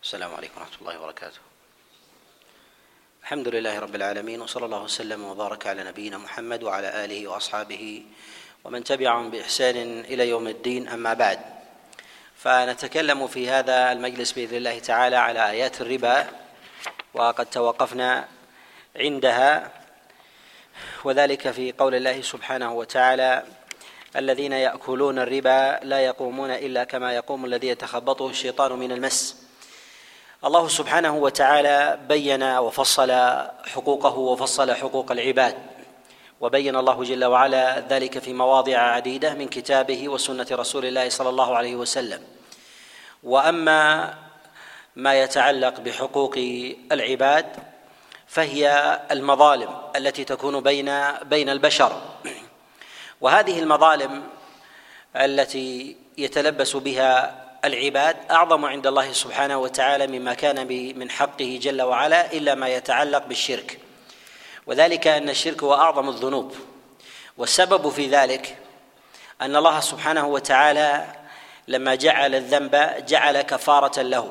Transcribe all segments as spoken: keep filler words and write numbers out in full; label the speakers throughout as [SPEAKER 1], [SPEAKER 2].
[SPEAKER 1] السلام عليكم ورحمة الله وبركاته. الحمد لله رب العالمين، وصلى الله وسلم وبارك على نبينا محمد وعلى آله وأصحابه ومن تبعهم بإحسان إلى يوم الدين. أما بعد، فنتكلم في هذا المجلس بإذن الله تعالى على آيات الربا، وقد توقفنا عندها، وذلك في قول الله سبحانه وتعالى: الذين يأكلون الربا لا يقومون إلا كما يقوم الذي يتخبطه الشيطان من المس. الله سبحانه وتعالى بين وفصل حقوقه وفصل حقوق العباد، وبين الله جل وعلا ذلك في مواضع عديدة من كتابه وسنة رسول الله صلى الله عليه وسلم. وأما ما يتعلق بحقوق العباد فهي المظالم التي تكون بين بين البشر، وهذه المظالم التي يتلبس بها العباد أعظم عند الله سبحانه وتعالى مما كان من حقه جل وعلا، إلا ما يتعلق بالشرك، وذلك أن الشرك هو أعظم الذنوب. والسبب في ذلك أن الله سبحانه وتعالى لما جعل الذنب جعل كفارة له،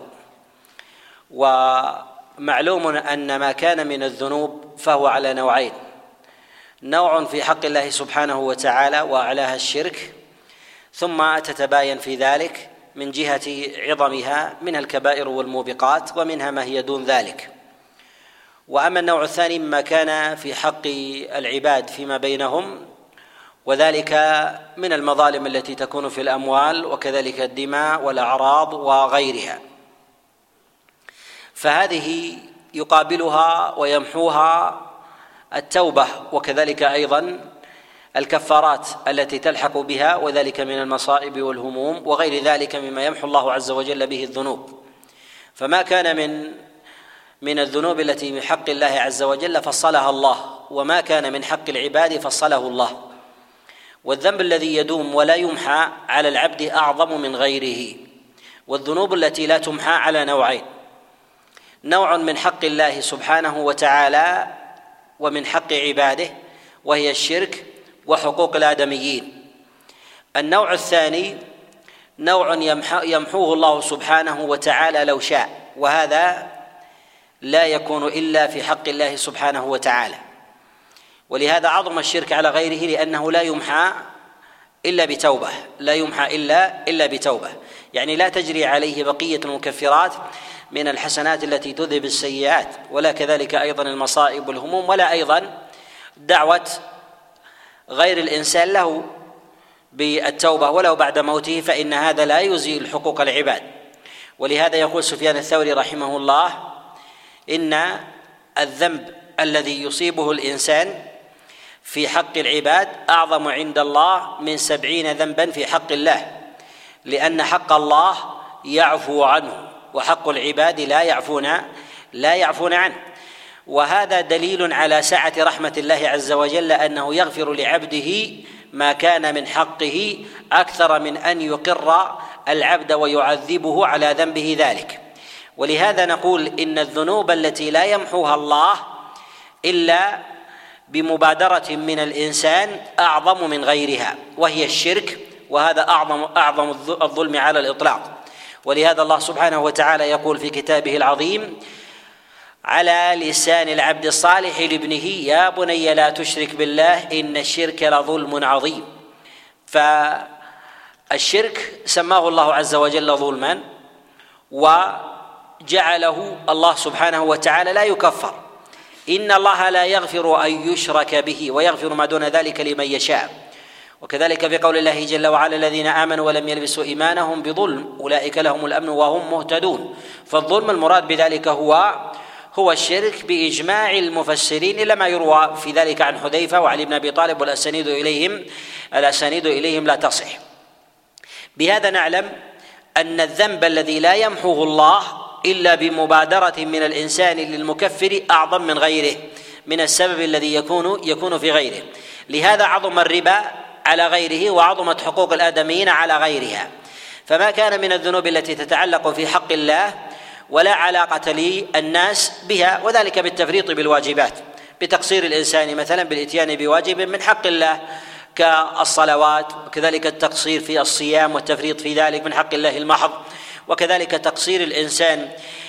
[SPEAKER 1] ومعلوم أن ما كان من الذنوب فهو على نوعين: نوع في حق الله سبحانه وتعالى وأعلاها الشرك، ثم تتباين في ذلك من جهة عظمها منها الكبائر والموبقات، ومنها ما هي دون ذلك. وأما النوع الثاني مما كان في حق العباد فيما بينهم، وذلك من المظالم التي تكون في الأموال وكذلك الدماء والأعراض وغيرها، فهذه يقابلها ويمحوها التوبة، وكذلك أيضا الكفارات التي تلحق بها، وذلك من المصائب والهموم وغير ذلك مما يمحو الله عز وجل به الذنوب. فما كان من من الذنوب التي من حق الله عز وجل فصلها الله، وما كان من حق العباد فصله الله. والذنب الذي يدوم ولا يمحى على العبد أعظم من غيره. والذنوب التي لا تمحى على نوعين: نوع من حق الله سبحانه وتعالى ومن حق عباده، وهي الشرك وحقوق الآدميين. النوع الثاني نوع يمحوه الله سبحانه وتعالى لو شاء، وهذا لا يكون إلا في حق الله سبحانه وتعالى. ولهذا عظم الشرك على غيره، لأنه لا يمحى إلا بتوبة، لا يمحى إلا إلا بتوبة، يعني لا تجري عليه بقية المكفرات من الحسنات التي تذهب السيئات، ولا كذلك أيضا المصائب والهموم، ولا أيضا دعوة غير الإنسان له بالتوبة ولو بعد موته، فإن هذا لا يزيل حقوق العباد. ولهذا يقول سفيان الثوري رحمه الله: إن الذنب الذي يصيبه الإنسان في حق العباد أعظم عند الله من سبعين ذنبا في حق الله، لأن حق الله يعفو عنه، وحق العباد لا يعفون لا يعفون عنه. وهذا دليل على سعة رحمة الله عز وجل، أنه يغفر لعبده ما كان من حقه أكثر من أن يقر العبد ويعذبه على ذنبه ذلك. ولهذا نقول إن الذنوب التي لا يمحوها الله إلا بمبادرة من الإنسان أعظم من غيرها، وهي الشرك، وهذا أعظم أعظم الظلم على الإطلاق. ولهذا الله سبحانه وتعالى يقول في كتابه العظيم على لسان العبد الصالح لابنه: يا بني لا تشرك بالله إن الشرك لظلم عظيم. فالشرك سماه الله عز وجل ظلما، وجعله الله سبحانه وتعالى لا يكفر. إن الله لا يغفر أن يشرك به ويغفر ما دون ذلك لمن يشاء. وكذلك في قول الله جل وعلا: الذين آمنوا ولم يلبسوا إيمانهم بظلم أولئك لهم الأمن وهم مهتدون. فالظلم المراد بذلك هو هو الشرك بإجماع المفسرين، إلا ما يروى في ذلك عن حذيفة وعلي بن أبي طالب، والأسانيد إليهم الأسانيد إليهم لا تصح. بهذا نعلم أن الذنب الذي لا يمحوه الله إلا بمبادرة من الإنسان للمكفر أعظم من غيره، من السبب الذي يكون يكون في غيره. لهذا عظم الربا على غيره، وعظمت حقوق الآدميين على غيرها. فما كان من الذنوب التي تتعلق في حق الله ولا علاقة للناس بها، وذلك بالتفريط بالواجبات، بتقصير الإنسان مثلا بالإتيان بواجب من حق الله كالصلوات، وكذلك التقصير في الصيام والتفريط في ذلك من حق الله المحض، وكذلك تقصير الإنسان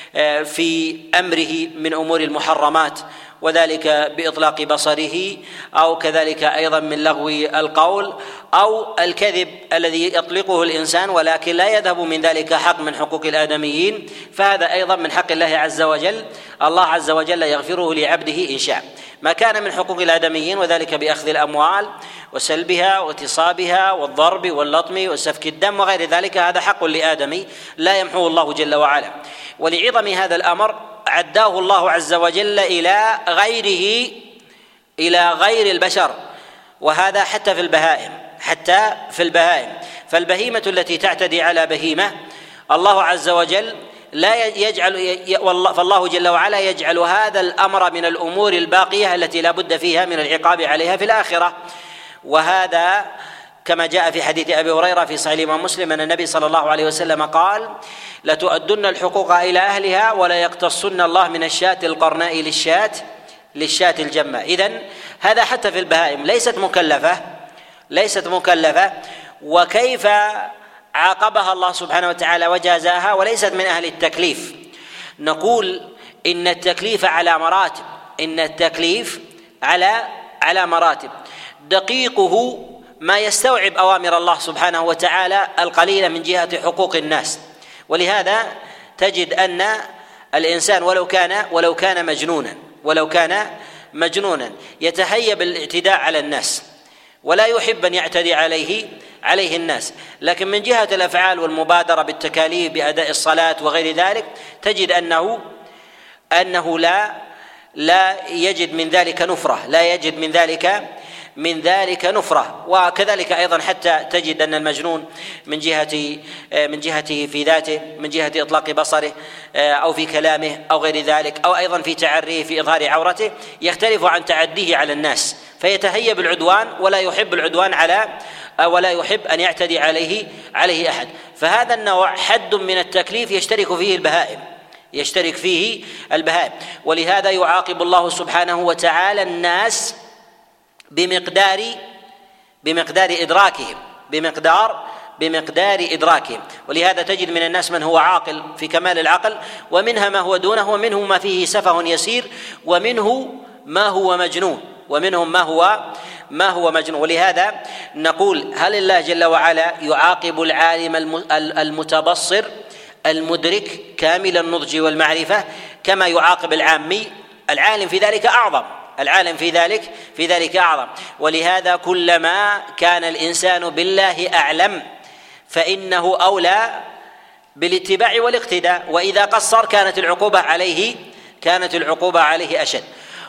[SPEAKER 1] في أمره من أمور المحرمات، وذلك بإطلاق بصره، أو كذلك أيضا من لغو القول أو الكذب الذي يطلقه الإنسان ولكن لا يذهب من ذلك حق من حقوق الآدميين، فهذا أيضا من حق الله عز وجل. الله عز وجل يغفره لعبده إن شاء. ما كان من حقوق الآدميين وذلك بأخذ الأموال وسلبها واغتصابها والضرب واللطم وسفك الدم وغير ذلك، هذا حق لآدمي لا يمحوه الله جل وعلا. ولعظم هذا الأمر عداه الله عز وجل إلى غيره إلى غير البشر، وهذا حتى في البهائم حتى في البهائم فالبهيمة التي تعتدي على بهيمة الله عز وجل لا يجعل فالله جل وعلا يجعل هذا الأمر من الأمور الباقية التي لا بد فيها من العقاب عليها في الآخرة. وهذا كما جاء في حديث أبي هريرة في صحيح الإمام مسلم أن النبي صلى الله عليه وسلم قال: لتؤدن الحقوق إلى أهلها ولا يقتصن الله من الشاة القرناء للشاة للشاة الجمة. إذن هذا حتى في البهائم ليست مكلفة ليست مكلفة وكيف عاقبها الله سبحانه وتعالى وجازاها وليست من أهل التكليف؟ نقول إن التكليف على مراتب إن التكليف على على مراتب دقيقه ما يستوعب أوامر الله سبحانه وتعالى القليلة من جهة حقوق الناس. ولهذا تجد أن الإنسان ولو كان ولو كان مجنونا ولو كان مجنونا يتهيب الاعتداء على الناس ولا يحب أن يعتدي عليه عليه الناس، لكن من جهة الأفعال والمبادرة بالتكاليف بأداء الصلاة وغير ذلك تجد أنه أنه لا لا يجد من ذلك نفرة لا يجد من ذلك من ذلك نفرة. وكذلك أيضا حتى تجد أن المجنون من جهة من جهته في ذاته من جهة إطلاق بصره أو في كلامه أو غير ذلك أو أيضا في تعريه في إظهار عورته يختلف عن تعديه على الناس، فيتهيب العدوان ولا يحب العدوان على ولا يحب أن يعتدي عليه عليه أحد. فهذا النوع حد من التكليف يشترك فيه البهائم يشترك فيه البهائم ولهذا يعاقب الله سبحانه وتعالى الناس بمقدار بمقدار إدراكهم بمقدار بمقدار إدراكهم. ولهذا تجد من الناس من هو عاقل في كمال العقل، ومنها ما هو دونه، ومنه ما فيه سفه يسير، ومنه ما هو مجنون ومنهم ما هو ما هو مجنون. ولهذا نقول: هل الله جل وعلا يعاقب العالم المتبصر المدرك كامل النضج والمعرفة كما يعاقب العامي؟ العالم في ذلك أعظم العالم في ذلك في ذلك أعظم. ولهذا كلما كان الإنسان بالله أعلم فإنه أولى بالاتباع والاقتداء، وإذا قصر كانت العقوبة عليه كانت العقوبة عليه أشد.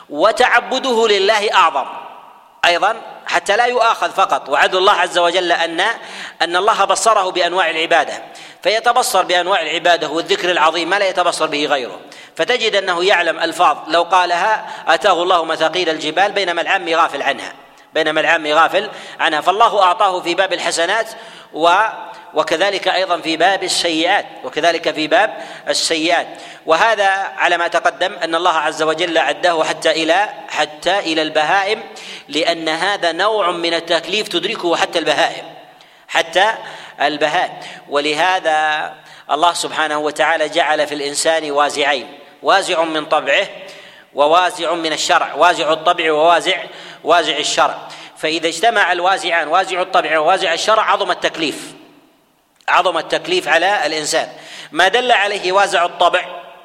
[SPEAKER 1] وتعبده لله أعظم أيضا حتى لا يؤاخذ فقط. وعد الله عز وجل أن أن الله بصره بأنواع العبادة فيتبصر بأنواع العبادة والذكر العظيم ما لا يتبصر به غيره، فتجد أنه يعلم ألفاظ لو قالها أتاه الله مثاقيل الجبال بينما العام غافل عنها بينما العام غافل عنها فالله أعطاه في باب الحسنات و وكذلك أيضا في باب السيئات وكذلك في باب السيئات. وهذا على ما تقدم أن الله عز وجل عداه حتى إلى حتى إلى البهائم، لأن هذا نوع من التكليف تدركه حتى البهائم حتى البهائم. ولهذا الله سبحانه وتعالى جعل في الإنسان وازعين: وازع من طبعه ووازع من الشرع، وازع الطبع ووازع وازع الشرع. فإذا اجتمع الوازعان وازع الطبع ووازع الشرع عظم التكليف عظم التكليف على الإنسان. ما دل عليه وازع الطبع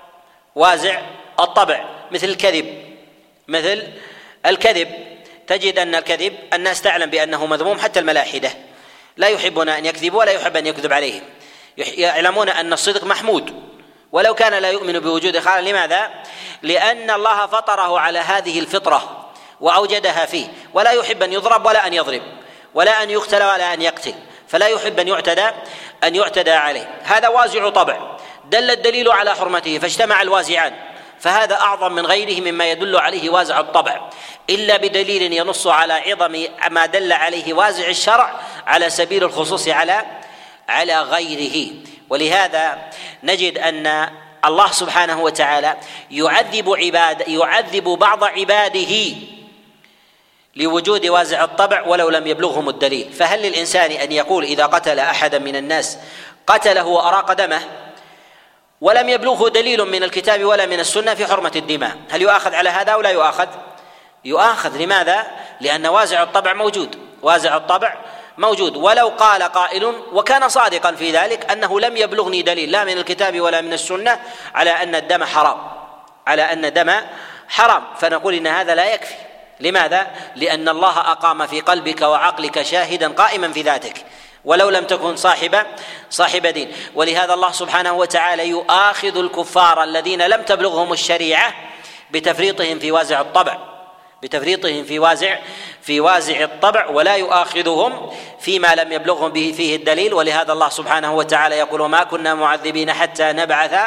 [SPEAKER 1] وازع الطبع مثل الكذب مثل الكذب تجد أن الكذب الناس تعلم بأنه مذموم، حتى الملاحدة لا يحبون أن يكذبوا ولا يحب أن يكذب عليهم، يعلمون أن الصدق محمود ولو كان لا يؤمن بوجود خالق. لماذا؟ لأن الله فطره على هذه الفطرة وأوجدها فيه، ولا يحب أن يضرب ولا أن يضرب ولا أن يقتل ولا أن يقتل، فلا يحب أن يعتدى أن يعتدى عليه. هذا وازع طبع دل الدليل على حرمته فاجتمع الوازعان، فهذا أعظم من غيره مما يدل عليه وازع الطبع، إلا بدليل ينص على عظم ما دل عليه وازع الشرع على سبيل الخصوص على على غيره. ولهذا نجد أن الله سبحانه وتعالى يعذب عباد يعذب بعض عباده لوجود وازع الطبع ولو لم يبلغهم الدليل. فهل للإنسان أن يقول إذا قتل أحدا من الناس قتله وأراق دمه ولم يبلغه دليل من الكتاب ولا من السنة في حرمة الدماء، هل يؤاخذ على هذا أو لا يؤاخذ؟ يؤاخذ. لماذا؟ لأن وازع الطبع موجود، وازع الطبع موجود. ولو قال قائل وكان صادقا في ذلك أنه لم يبلغني دليل لا من الكتاب ولا من السنة على أن الدم حرام، على أن الدم حرام، فنقول إن هذا لا يكفي. لماذا؟ لأن الله أقام في قلبك وعقلك شاهدا قائما في ذاتك ولو لم تكن صاحب صاحب دين. ولهذا الله سبحانه وتعالى يؤاخذ الكفار الذين لم تبلغهم الشريعة بتفريطهم في وازع الطبع، بتفريطهم في وازع في وازع الطبع، ولا يؤاخذهم فيما لم يبلغهم به فيه الدليل. ولهذا الله سبحانه وتعالى يقول: وما كنا معذبين حتى نبعث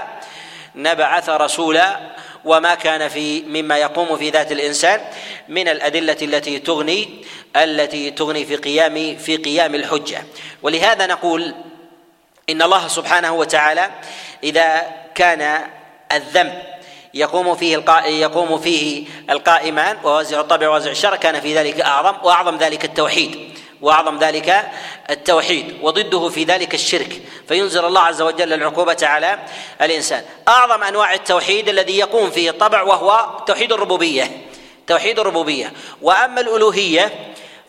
[SPEAKER 1] نبعث رسولا، وما كان في مما يقوم في ذات الإنسان من الأدلة التي تغني التي تغني في قيام في قيام الحجة. ولهذا نقول إن الله سبحانه وتعالى إذا كان الذنب يقوم فيه يقوم فيه القائمان ووازع الطبع ووازع الشرع كان في ذلك أعظم، وأعظم ذلك التوحيد وأعظم ذلك التوحيد وضده في ذلك الشرك، فينزل الله عز وجل العقوبة على الإنسان. أعظم أنواع التوحيد الذي يقوم فيه الطبع وهو توحيد الربوبية، توحيد الربوبية. وأما الألوهية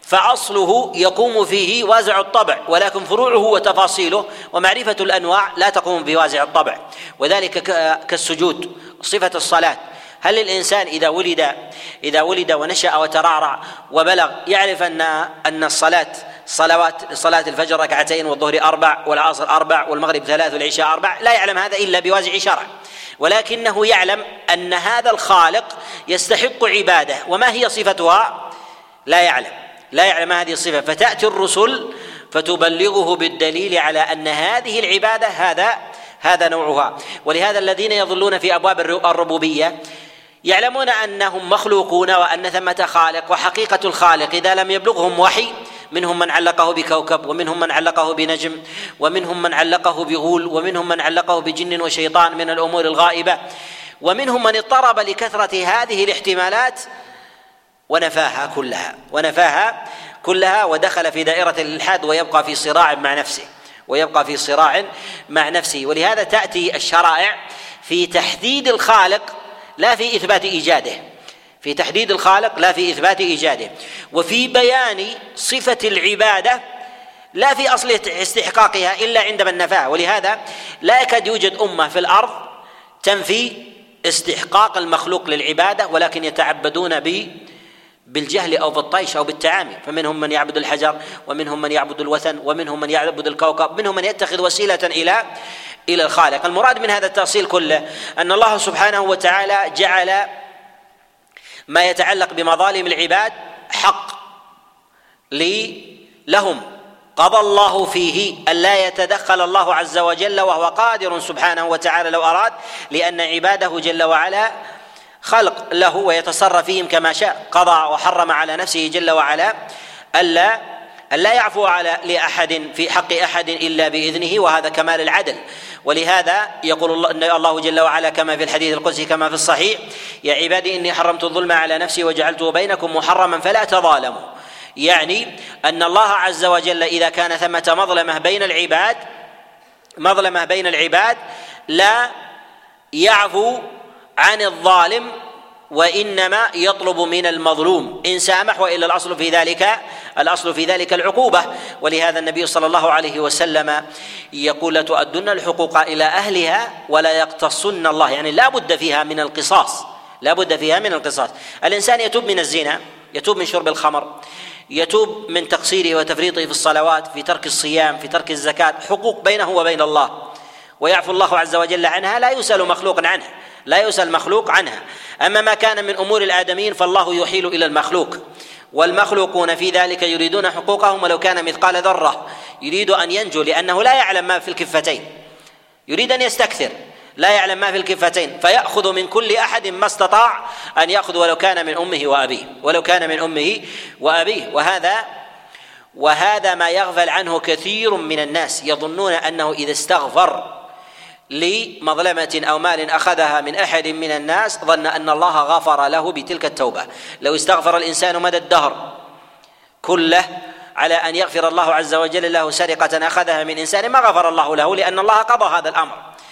[SPEAKER 1] فأصله يقوم فيه وازع الطبع، ولكن فروعه وتفاصيله ومعرفة الأنواع لا تقوم بوازع الطبع، وذلك كالسجود، صفة الصلاة. هل الإنسان إذا ولد إذا ولد ونشأ وترعرع وبلغ يعرف أن أن الصلاة صلوات صلاة الفجر ركعتين والظهر أربع والعصر أربع والمغرب ثلاث والعشاء أربع؟ لا يعلم هذا إلا بوازع شرع، ولكنه يعلم أن هذا الخالق يستحق عبادة، وما هي صفتها؟ لا يعلم لا يعلم هذه الصفة، فتأتي الرسل فتبلغه بالدليل على أن هذه العبادة هذا هذا نوعها. ولهذا الذين يظلون في أبواب الربوبية يعلمون أنهم مخلوقون وأن ثمة خالق، وحقيقة الخالق إذا لم يبلغهم وحي، منهم من علقه بكوكب، ومنهم من علقه بنجم، ومنهم من علقه بغول، ومنهم من علقه بجن وشيطان من الأمور الغائبة، ومنهم من اضطرب لكثرة هذه الاحتمالات ونفاها كلها ونفاها كلها ودخل في دائرة الإلحاد ويبقى في صراع مع نفسه ويبقى في صراع مع نفسه. ولهذا تأتي الشرائع في تحديد الخالق لا في إثبات إيجاده، في تحديد الخالق لا في إثبات إيجاده، وفي بيان صفة العبادة لا في أصل استحقاقها إلا عند من نفاها. ولهذا لا يكاد يوجد أمة في الأرض تنفي استحقاق المخلوق للعبادة، ولكن يتعبدون ب بالجهل أو بالطيش أو بالتعامي، فمنهم من يعبد الحجر، ومنهم من يعبد الوثن، ومنهم من يعبد الكوكب، منهم من يتخذ وسيلة إلى إلى الخالق. المراد من هذا التأصيل كله أن الله سبحانه وتعالى جعل ما يتعلق بمظالم العباد حق لهم، قضى الله فيه ألا يتدخل الله عز وجل، وهو قادر سبحانه وتعالى لو أراد، لأن عباده جل وعلا خلق له ويتصرف فيهم كما شاء. قضى وحرم على نفسه جل وعلا ألا ألا يعفو على لأحد في حق أحد إلا بإذنه، وهذا كمال العدل. ولهذا يقول الله, الله جل وعلا كما في الحديث القدسي كما في الصحيح: يا عبادي إني حرمت الظلم على نفسي وجعلته بينكم محرما فلا تظالموا. يعني أن الله عز وجل إذا كان ثمة مظلمة بين العباد مظلمة بين العباد لا يعفو عن الظالم، وإنما يطلب من المظلوم إن سامح، وإلا الأصل في ذلك الأصل في ذلك العقوبة. ولهذا النبي صلى الله عليه وسلم يقول: لتؤدن الحقوق إلى أهلها ولا يقتصن الله، يعني لا بد فيها من القصاص، لا بد فيها من القصاص. الإنسان يتوب من الزنا، يتوب من شرب الخمر، يتوب من تقصيره وتفريطه في الصلوات، في ترك الصيام، في ترك الزكاة، حقوق بينه وبين الله، ويعفو الله عز وجل عنها، لا يسأل مخلوق عنها لا يسأل مخلوق عنها. أما ما كان من أمور الآدمين فالله يحيل إلى المخلوق، والمخلوقون في ذلك يريدون حقوقهم ولو كان مثقال ذرة، يريد أن ينجو لأنه لا يعلم ما في الكفتين، يريد أن يستكثر، لا يعلم ما في الكفتين، فيأخذ من كل أحد ما استطاع أن يأخذ ولو كان من أمه وأبيه ولو كان من أمه وأبيه وهذا وهذا ما يغفل عنه كثير من الناس، يظنون أنه إذا استغفر لمظلمة أو مال أخذها من أحد من الناس ظن أن الله غفر له بتلك التوبة. لو استغفر الإنسان مدى الدهر كله على أن يغفر الله عز وجل له سرقة أخذها من إنسان ما غفر الله له، لأن الله قضى هذا الأمر.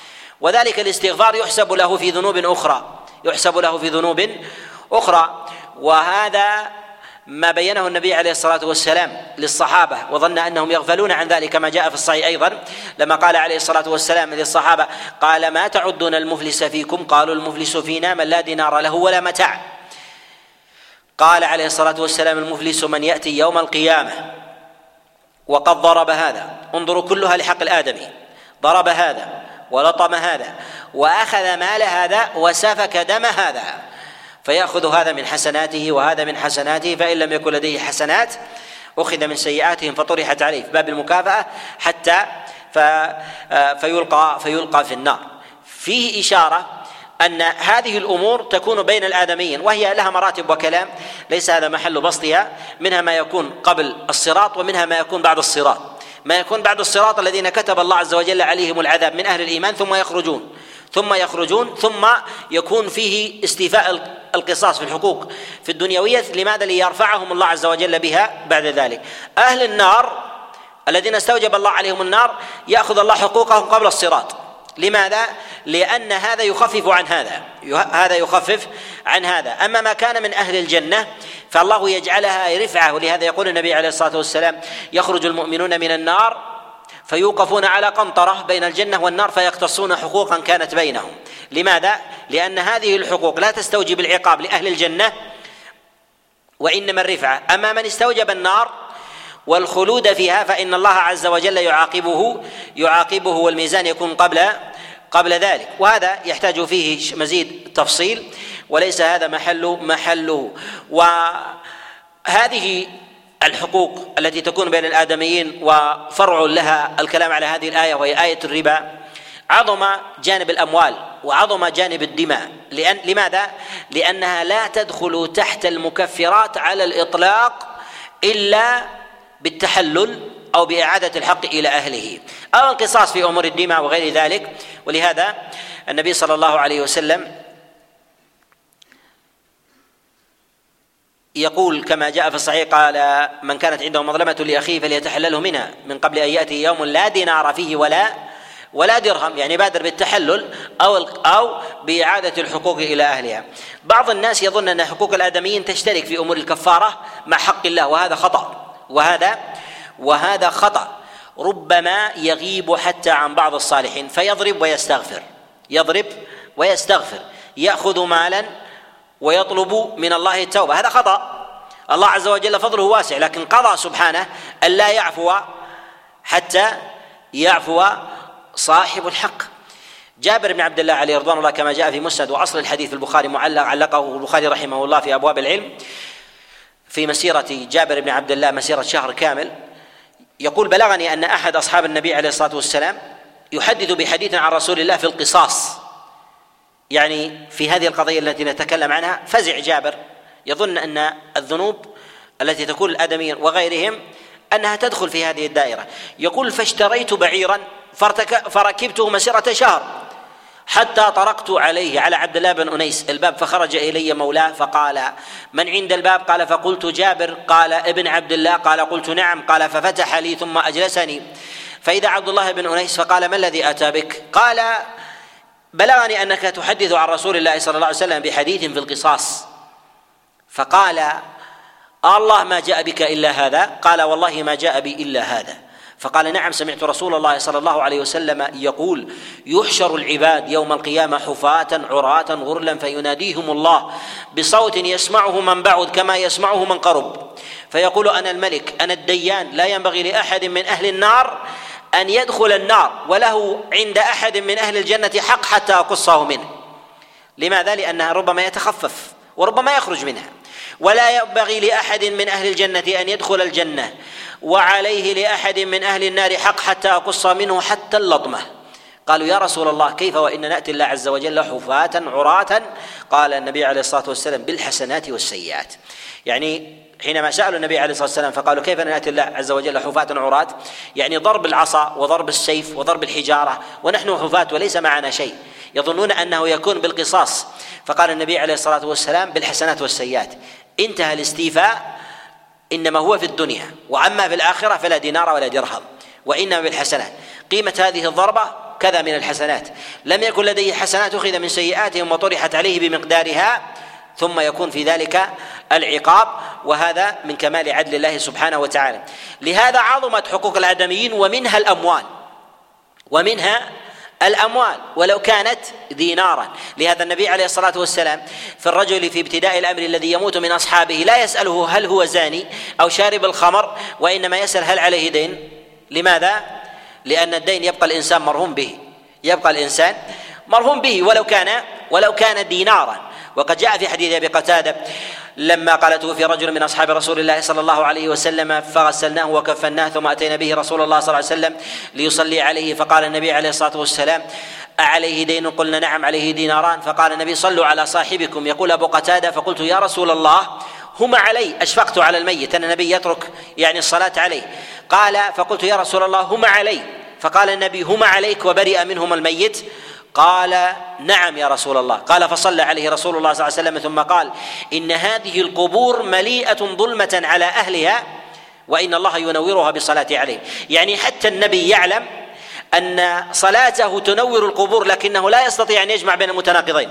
[SPEAKER 1] وذلك الاستغفار يحسب له في ذنوب أخرى يحسب له في ذنوب أخرى وهذا ما بينه النبي عليه الصلاة والسلام للصحابة وظن أنهم يغفلون عن ذلك كما جاء في الصحيح أيضا لما قال عليه الصلاة والسلام للصحابة قال ما تعدون المفلس فيكم؟ قالوا المفلس فينا من لا دينار له ولا متاع. قال عليه الصلاة والسلام المفلس من يأتي يوم القيامة وقد ضرب هذا، انظروا كلها لحق الآدمي، ضرب هذا ولطم هذا وأخذ مال هذا وسفك دم هذا، فيأخذ هذا من حسناته وهذا من حسناته، فإن لم يكن لديه حسنات أخذ من سيئاتهم فطرحت عليه في باب المكافأة حتى فيلقى, فيلقى في النار. فيه إشارة أن هذه الأمور تكون بين الآدميين وهي لها مراتب وكلام ليس هذا محل بسطها، منها ما يكون قبل الصراط ومنها ما يكون بعد الصراط. ما يكون بعد الصراط الذين كتب الله عز وجل عليهم العذاب من أهل الإيمان ثم يخرجون ثم يخرجون ثم يكون فيه استيفاء القصاص في الحقوق في الدنيوية. لماذا؟ ليرفعهم الله عز وجل بها بعد ذلك. أهل النار الذين استوجب الله عليهم النار يأخذ الله حقوقهم قبل الصراط. لماذا؟ لأن هذا يخفف عن هذا هذا يخفف عن هذا. أما ما كان من أهل الجنة فالله يجعلها رفعة، ولهذا يقول النبي عليه الصلاة والسلام يخرج المؤمنون من النار فيوقفون على قنطرة بين الجنة والنار فيقتصون حقوقا كانت بينهم. لماذا؟ لأن هذه الحقوق لا تستوجب العقاب لأهل الجنة وإنما الرفعة. أما من استوجب النار والخلود فيها فإن الله عز وجل يعاقبه يعاقبه والميزان يكون قبل قبل ذلك، وهذا يحتاج فيه مزيد تفصيل وليس هذا محل محله. وهذه الحقوق التي تكون بين الآدميين وفرع لها الكلام على هذه الآية وهي آية الربا، عظم جانب الأموال وعظم جانب الدماء. لأن لماذا؟ لأنها لا تدخل تحت المكفرات على الإطلاق إلا بالتحلل أو بإعادة الحق إلى أهله أو القصاص في أمور الدماء وغير ذلك. ولهذا النبي صلى الله عليه وسلم يقول كما جاء في الصحيح قال من كانت عنده مظلمة لأخيه فليتحلله منها من قبل أن يأتي يوم لا دينار فيه ولا ولا درهم، يعني بادر بالتحلل أو أو بإعادة الحقوق إلى أهلها. بعض الناس يظن أن حقوق الآدميين تشترك في أمور الكفارة مع حق الله، وهذا خطأ وهذا وهذا خطأ. ربما يغيب حتى عن بعض الصالحين فيضرب ويستغفر يضرب ويستغفر يأخذ مالا ويطلب من الله التوبة، هذا خطأ. الله عز وجل فضله واسع، لكن قضى سبحانه أن لا يعفو حتى يعفو صاحب الحق. جابر بن عبد الله عليه رضوان الله كما جاء في مسند وأصل الحديث في البخاري معلق علقه البخاري رحمه الله في أبواب العلم في مسيرة جابر بن عبد الله مسيرة شهر كامل، يقول بلغني أن أحد أصحاب النبي عليه الصلاة والسلام يحدث بحديث عن رسول الله في القصاص، يعني في هذه القضية التي نتكلم عنها. فزع جابر يظن أن الذنوب التي تكون الآدميين وغيرهم أنها تدخل في هذه الدائرة. يقول فاشتريت بعيرا فركبته مسيرة شهر حتى طرقت عليه على عبد الله بن أنيس الباب فخرج إلي مولاه فقال من عند الباب؟ قال فقلت جابر. قال ابن عبد الله؟ قال قلت نعم. قال ففتح لي ثم أجلسني فإذا عبد الله بن أنيس فقال ما الذي أتى بك؟ قال بلغني أنك تحدث عن رسول الله صلى الله عليه وسلم بحديث في القصاص. فقال الله ما جاء بك إلا هذا؟ قال والله ما جاء بي إلا هذا. فقال نعم سمعت رسول الله صلى الله عليه وسلم يقول يحشر العباد يوم القيامة حفاة عراة غرلا فيناديهم الله بصوت يسمعه من بعد كما يسمعه من قرب فيقول أنا الملك أنا الديان لا ينبغي لأحد من أهل النار أن يدخل النار وله عند أحد من أهل الجنة حق حتى أقصه منه. لماذا؟ لأنها ربما يتخفف وربما يخرج منها. ولا ينبغي لأحد من أهل الجنة أن يدخل الجنة وعليه لأحد من أهل النار حق حتى أقص منه حتى اللطمة. قالوا يا رسول الله كيف وإن نأتي الله عز وجل حفاة عراة؟ قال النبي عليه الصلاة والسلام بالحسنات والسيئات. يعني حينما سألوا النبي عليه الصلاة والسلام فقالوا كيف نأتي الله عز وجل حفاة عراة؟ يعني ضرب العصا وضرب السيف وضرب الحجارة ونحن حفاة وليس معنا شيء، يظنون أنه يكون بالقصاص. فقال النبي عليه الصلاة والسلام بالحسنات والسيئات. انتهى الاستيفاء إنما هو في الدنيا، وأما في الآخرة فلا دينار ولا درهم، وإنما بالحسنات. قيمة هذه الضربة كذا من الحسنات، لم يكن لديه حسنات أخذ من سيئاتهم وطرحت عليه بمقدارها، ثم يكون في ذلك العقاب، وهذا من كمال عدل الله سبحانه وتعالى. لهذا عظمت حقوق الآدميين، ومنها الأموال ومنها الأموال ولو كانت دينارا. لهذا النبي عليه الصلاة والسلام في الرجل في ابتداء الأمر الذي يموت من أصحابه لا يسأله هل هو زاني أو شارب الخمر، وإنما يسأل هل عليه دين. لماذا؟ لأن الدين يبقى الإنسان مرهون به، يبقى الإنسان مرهون به ولو كان ولو كان دينارا. وقد جاء في حديث أبي قتادة لما قال توفي رجل من أصحاب رسول الله صلى الله عليه وسلم فغسلناه وكفناه ثم أتينا به رسول الله صلى الله عليه وسلم ليصلي عليه، فقال النبي عليه الصلاة والسلام أعليه دين؟ قلنا نعم عليه ديناران. فقال النبي صلوا على صاحبكم. يقول أبو قتادة فقلت يا رسول الله هما علي، أشفقت على الميت أن النبي يترك يعني الصلاة عليه. قال فقلت يا رسول الله هما علي، فقال النبي هما عليك وبرئ منهما الميت؟ قال نعم يا رسول الله. قال فصلى عليه رسول الله صلى الله عليه وسلم ثم قال إن هذه القبور مليئة ظلمة على أهلها وإن الله ينورها بالصلاة عليه. يعني حتى النبي يعلم أن صلاته تنور القبور، لكنه لا يستطيع أن يجمع بين المتناقضين.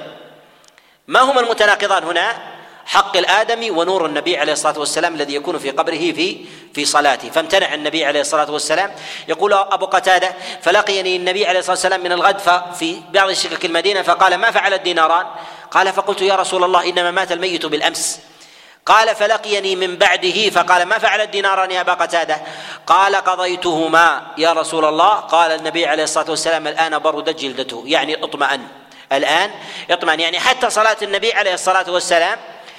[SPEAKER 1] ما هما المتناقضان هنا؟ حق الآدمي ونور النبي عليه الصلاة والسلام الذي يكون في قبره في في صلاته. فامتنع النبي عليه الصلاة والسلام. يقول أبو قتادة فلقيني النبي عليه الصلاة والسلام من الغد في بعض شقق المدينة فقال ما فعل الديناران؟ قال فقلت يا رسول الله إنما مات الميت بالأمس. قال فلقيني من بعده فقال ما فعل الديناران يا أبا قتادة؟ قال قضيتهما يا رسول الله. قال النبي عليه الصلاة والسلام الآن بردت جلدته، يعني اطمأن، الآن اطمأن. يعني حتى صلاة النبي عليه الصلاة والسلام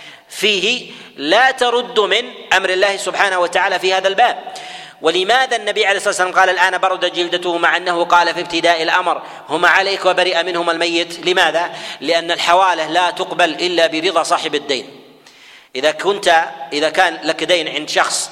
[SPEAKER 1] فيه لا ترد من أمر الله سبحانه وتعالى في هذا الباب. ولماذا النبي عليه الصلاة والسلام قال الآن بردت جلدته مع أنه قال في ابتداء الأمر هما عليك وبرئ منهما الميت؟ لماذا؟ لأن الحوالة لا تقبل إلا برضا صاحب الدين. إذا كنت إذا كان لك دين عند شخص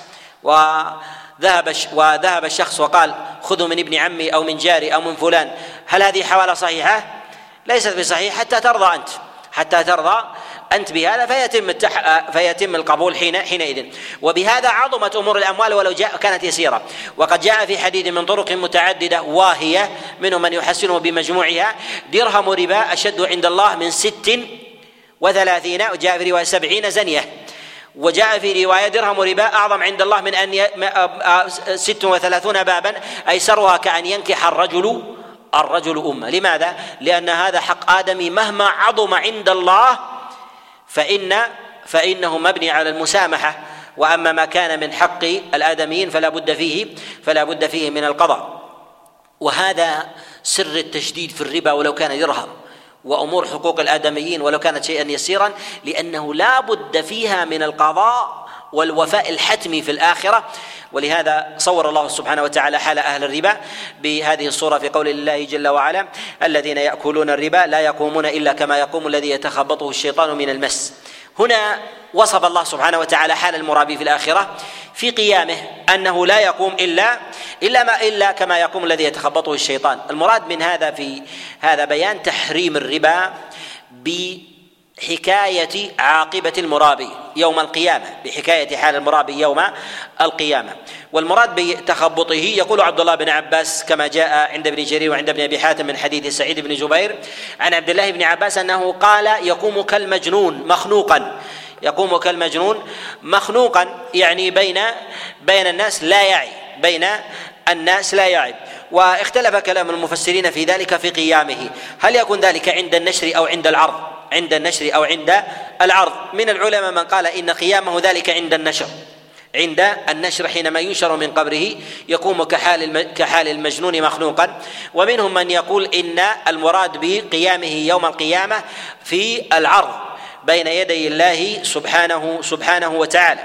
[SPEAKER 1] وذهب وذهب الشخص وقال خذوا من ابن عمي أو من جاري أو من فلان، هل هذه حوالة صحيحة؟ ليست بصحيحة حتى ترضى أنت حتى ترضى أنت بهذا فيتم التح... فيتم القبول حين حينئذ. وبهذا عظمت أمور الأموال ولو جاء كانت يسيرة. وقد جاء في حديث من طرق متعددة واهية منهم من يحسنه بمجموعها درهم ربا أشد عند الله من ست وثلاثين، وجاء في رواية سبعين زنية، وجاء في رواية درهم ربا أعظم عند الله من أن ي... ست وثلاثون بابا أيسرها كأن ينكح الرجل الرجل أمة. لماذا؟ لأن هذا حق آدمي مهما عظم عند الله فإن فإنه مبني على المسامحة، وأما ما كان من حق الآدميين فلا بد فيه فلا بد فيه من القضاء. وهذا سر التشديد في الربا ولو كان درهم، وأمور حقوق الآدميين ولو كانت شيئا يسيرا، لأنه لا بد فيها من القضاء والوفاء الحتمي في الآخرة. ولهذا صور الله سبحانه وتعالى حال أهل الربا بهذه الصورة في قول الله جل وعلا الذين يأكلون الربا لا يقومون إلا كما يقوم الذي يتخبطه الشيطان من المس. هنا وصف الله سبحانه وتعالى حال المرابي في الآخرة في قيامه أنه لا يقوم إلا إلا ما إلا كما يقوم الذي يتخبطه الشيطان. المراد من هذا في هذا بيان تحريم الربا بحكاية عاقبة المرابي يوم القيامة، بحكاية حال المرابي يوم القيامة. والمراد بتخبطه يقول عبد الله بن عباس كما جاء عند ابن جرير وعند ابن أبي حاتم من حديث سعيد بن جبير عن عبد الله بن عباس أنه قال يقوم كالمجنون مخنوقا، يقوم كالمجنون مخنوقا، يعني بين بين الناس لا يعي، بين الناس لا يعي. واختلف كلام المفسرين في ذلك في قيامه، هل يكون ذلك عند النشر أو عند العرض؟ عند النشر أو عند العرض. من العلماء من قال إن قيامه ذلك عند النشر، عند النشر حينما ينشر من قبره يقوم كحال كحال المجنون مخنوقا. ومنهم من يقول إن المراد بقيامه يوم القيامة في العرض بين يدي الله سبحانه سبحانه وتعالى.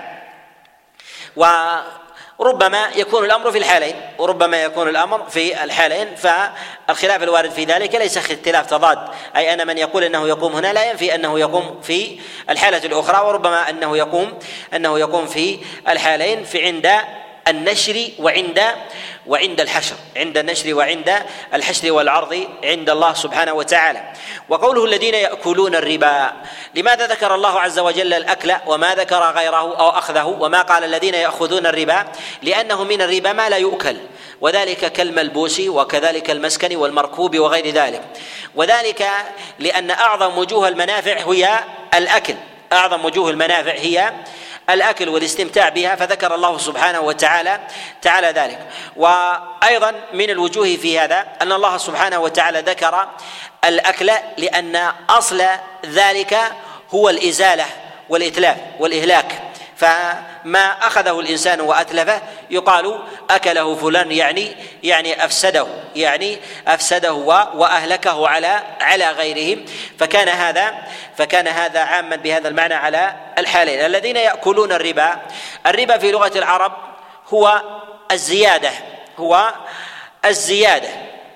[SPEAKER 1] وربما يكون الأمر في الحالين وربما يكون الأمر في الحالين، فالخلاف الوارد في ذلك ليس اختلاف تضاد، أي أن من يقول أنه يقوم هنا لا ينفي أنه يقوم في الحالة الأخرى، وربما أنه يقوم أنه يقوم في الحالين، في عند النشر وعند وعند الحشر، عند النشر وعند الحشر والعرض عند الله سبحانه وتعالى. وقوله الذين يأكلون الربا، لماذا ذكر الله عز وجل الأكل وما ذكر غيره أو أخذه وما قال الذين يأخذون الربا؟ لأنه من الربا ما لا يؤكل، وذلك كالملبوس وكذلك المسكن والمركوب وغير ذلك، وذلك لأن أعظم وجوه المنافع هي الأكل، أعظم وجوه المنافع هي الأكل والاستمتاع بها، فذكر الله سبحانه وتعالى تعالى ذلك. وأيضا من الوجوه في هذا أن الله سبحانه وتعالى ذكر الأكل لأن أصل ذلك هو الإزالة والإتلاف والإهلاك، فما أخذه الإنسان وأتلفه يقال أكله فلان، يعني يعني أفسده يعني أفسده وأهلكه على على غيره. فكان هذا فكان هذا عاما بهذا المعنى على الحالين. الذين يأكلون الربا، الربا في لغة العرب هو الزيادة هو الزيادة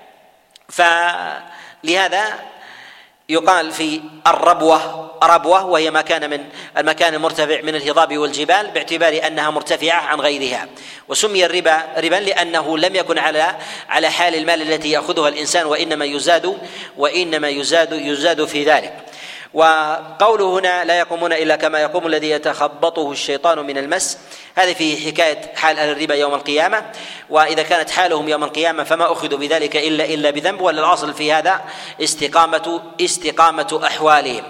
[SPEAKER 1] فلهذا يقال في الربوة ربوة، وهي ما كان من المكان المرتفع من الهضاب والجبال باعتبار أنها مرتفعة عن غيرها. وسمي الربا ربا لأنه لم يكن على على حال المال التي يأخذها الإنسان، وإنما يزاد وإنما يزاد يزاد في ذلك. وقوله هنا لا يقومون إلا كما يقوم الذي يتخبطه الشيطان من المس، هذه في حكاية حال أهل الربا يوم القيامة، وإذا كانت حالهم يوم القيامة فما أخذوا بذلك إلا إلا بذنب، والأصل في هذا استقامة استقامة أحوالهم.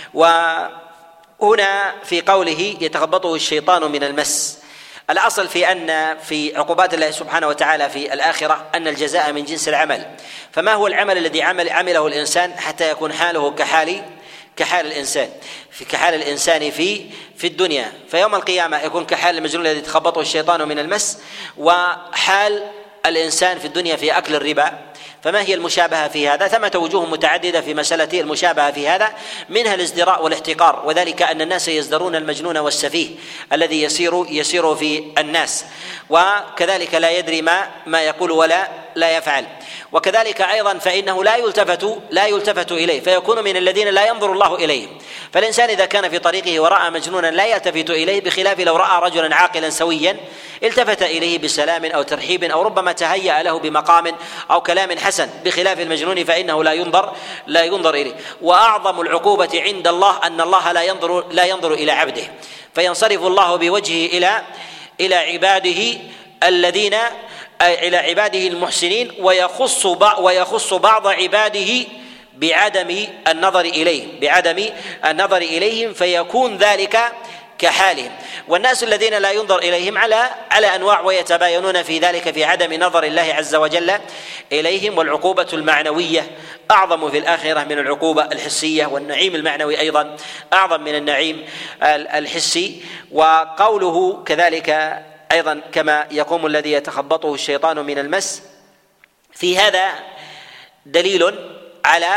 [SPEAKER 1] وهنا في قوله يتخبطه الشيطان من المس، الأصل في أن في عقوبات الله سبحانه وتعالى في الآخرة أن الجزاء من جنس العمل، فما هو العمل الذي عمل عمله الإنسان حتى يكون حاله كحال كحال الإنسان في كحال الإنسان في في الدنيا، فيوم القيامة يكون كحال المجنون الذي تخبطه الشيطان من المس، وحال الإنسان في الدنيا في أكل الربا. فما هي المشابهة في هذا؟ ثمة وجوه متعددة في مسألة المشابهة في هذا، منها الازدراء والاحتقار، وذلك أن الناس يزدرون المجنون والسفيه الذي يسير يسير في الناس، وكذلك لا يدري ما ما يقول ولا لا يفعل. وكذلك أيضا فإنه لا يلتفت لا يلتفت إليه، فيكون من الذين لا ينظر الله إليهم. فالإنسان إذا كان في طريقه ورأى مجنونا لا يلتفت إليه، بخلاف لو رأى رجلا عاقلا سويا التفت إليه بسلام أو ترحيب، أو ربما تهيأ له بمقام أو كلام حسن، بخلاف المجنون فإنه لا ينظر لا ينظر إليه. وأعظم العقوبة عند الله أن الله لا ينظر لا ينظر إلى عبده، فينصرف الله بوجهه إلى إلى عباده الذين إلى عباده المحسنين، ويخص ويخص بعض عباده بعدم النظر إليه بعدم النظر إليهم، فيكون ذلك كحالهم. والناس الذين لا ينظر إليهم على على أنواع، ويتباينون في ذلك في عدم نظر الله عز وجل إليهم. والعقوبة المعنوية أعظم في الآخرة من العقوبة الحسية، والنعيم المعنوي أيضا أعظم من النعيم الحسي. وقوله كذلك أيضا كما يقوم الذي يتخبطه الشيطان من المس، في هذا دليل على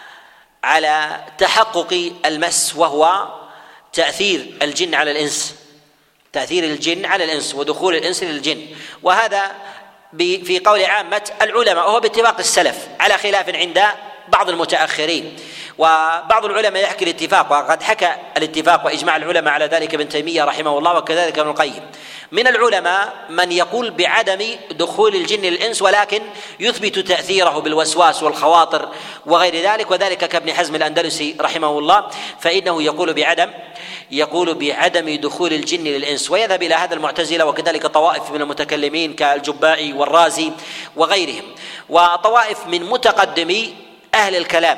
[SPEAKER 1] على تحقق المس، وهو تأثير الجن على الإنس تأثير الجن على الإنس ودخول الإنس للجن. وهذا في قول عامة العلماء، وهو باتفاق السلف على خلاف عند بعض المتأخرين. وبعض العلماء يحكي الاتفاق، وقد حكى الاتفاق وإجماع العلماء على ذلك ابن تيمية رحمه الله، وكذلك ابن القيم. من العلماء من يقول بعدم دخول الجن للإنس، ولكن يثبت تأثيره بالوسواس والخواطر وغير ذلك، وذلك كابن حزم الأندلسي رحمه الله، فإنه يقول بعدم يقول بعدم دخول الجن للإنس. ويذهب إلى هذا المعتزلة، وكذلك طوائف من المتكلمين كالجبائي والرازي وغيرهم، وطوائف من متقدمي أهل الكلام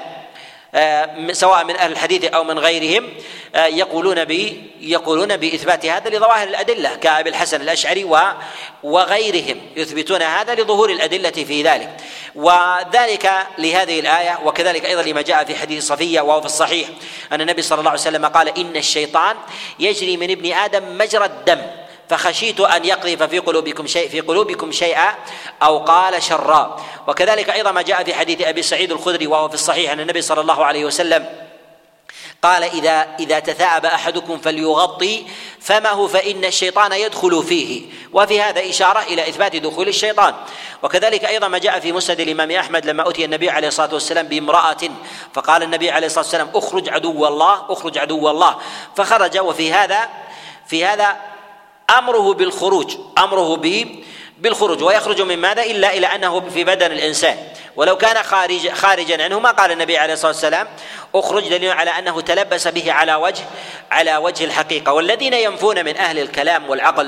[SPEAKER 1] سواء من أهل الحديث أو من غيرهم يقولون ب يقولون بإثبات هذا لظواهر الأدلة، كأبي الحسن الأشعري وغيرهم يثبتون هذا لظهور الأدلة في ذلك. وذلك لهذه الآية، وكذلك أيضا لما جاء في حديث صفية وهو في الصحيح أن النبي صلى الله عليه وسلم قال: إن الشيطان يجري من ابن آدم مجرى الدم، فخشيت أن يقذف في قلوبكم شيء في قلوبكم شيئا أو قال شرا. وكذلك أيضا ما جاء في حديث أبي سعيد الخدري وهو في الصحيح أن النبي صلى الله عليه وسلم قال: إذا إذا تثاءب أحدكم فليغطي فمه فإن الشيطان يدخل فيه. وفي هذا إشارة إلى إثبات دخول الشيطان. وكذلك أيضا ما جاء في مسند الإمام أحمد لما أتي النبي عليه الصلاة والسلام بامرأة، فقال النبي عليه الصلاة والسلام: أخرج عدو الله أخرج عدو الله، فخرج. وفي هذا في هذا أمره بالخروج أمره بالخروج ويخرج من ماذا إلا إلى أنه في بدن الإنسان. ولو كان خارج خارجا عنه ما قال النبي عليه الصلاة والسلام اخرج، دليل على أنه تلبس به على وجه على وجه الحقيقة. والذين ينفون من أهل الكلام والعقل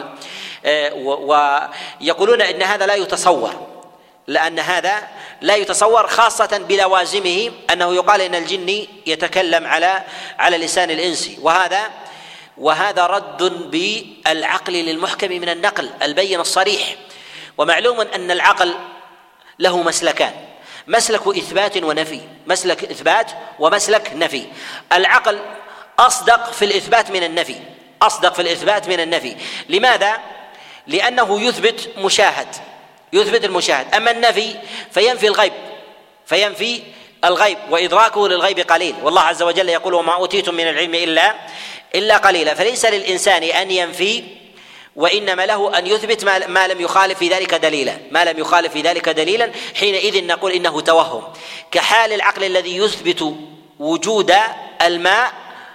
[SPEAKER 1] ويقولون إن هذا لا يتصور، لأن هذا لا يتصور خاصة بلوازمه، أنه يقال إن الجن يتكلم على على لسان الإنس، وهذا وهذا رد بالعقل للمحكم من النقل البين الصريح. ومعلوم أن العقل له مسلكان، مسلك إثبات ونفي، مسلك إثبات ومسلك نفي. العقل أصدق في الإثبات من النفي، أصدق في الإثبات من النفي. لماذا؟ لأنه يثبت مشاهد، يثبت المشاهد. أما النفي فينفي الغيب، فينفي الغيب وإدراكه للغيب قليل، والله عز وجل يقول وما أوتيتم من العلم إلا إلا قليلا. فليس للإنسان أن ينفي، وإنما له أن يثبت ما لم يخالف في ذلك دليلا، ما لم يخالف في ذلك دليلا، حينئذ نقول إنه توهم، كحال العقل الذي يثبت وجود الماء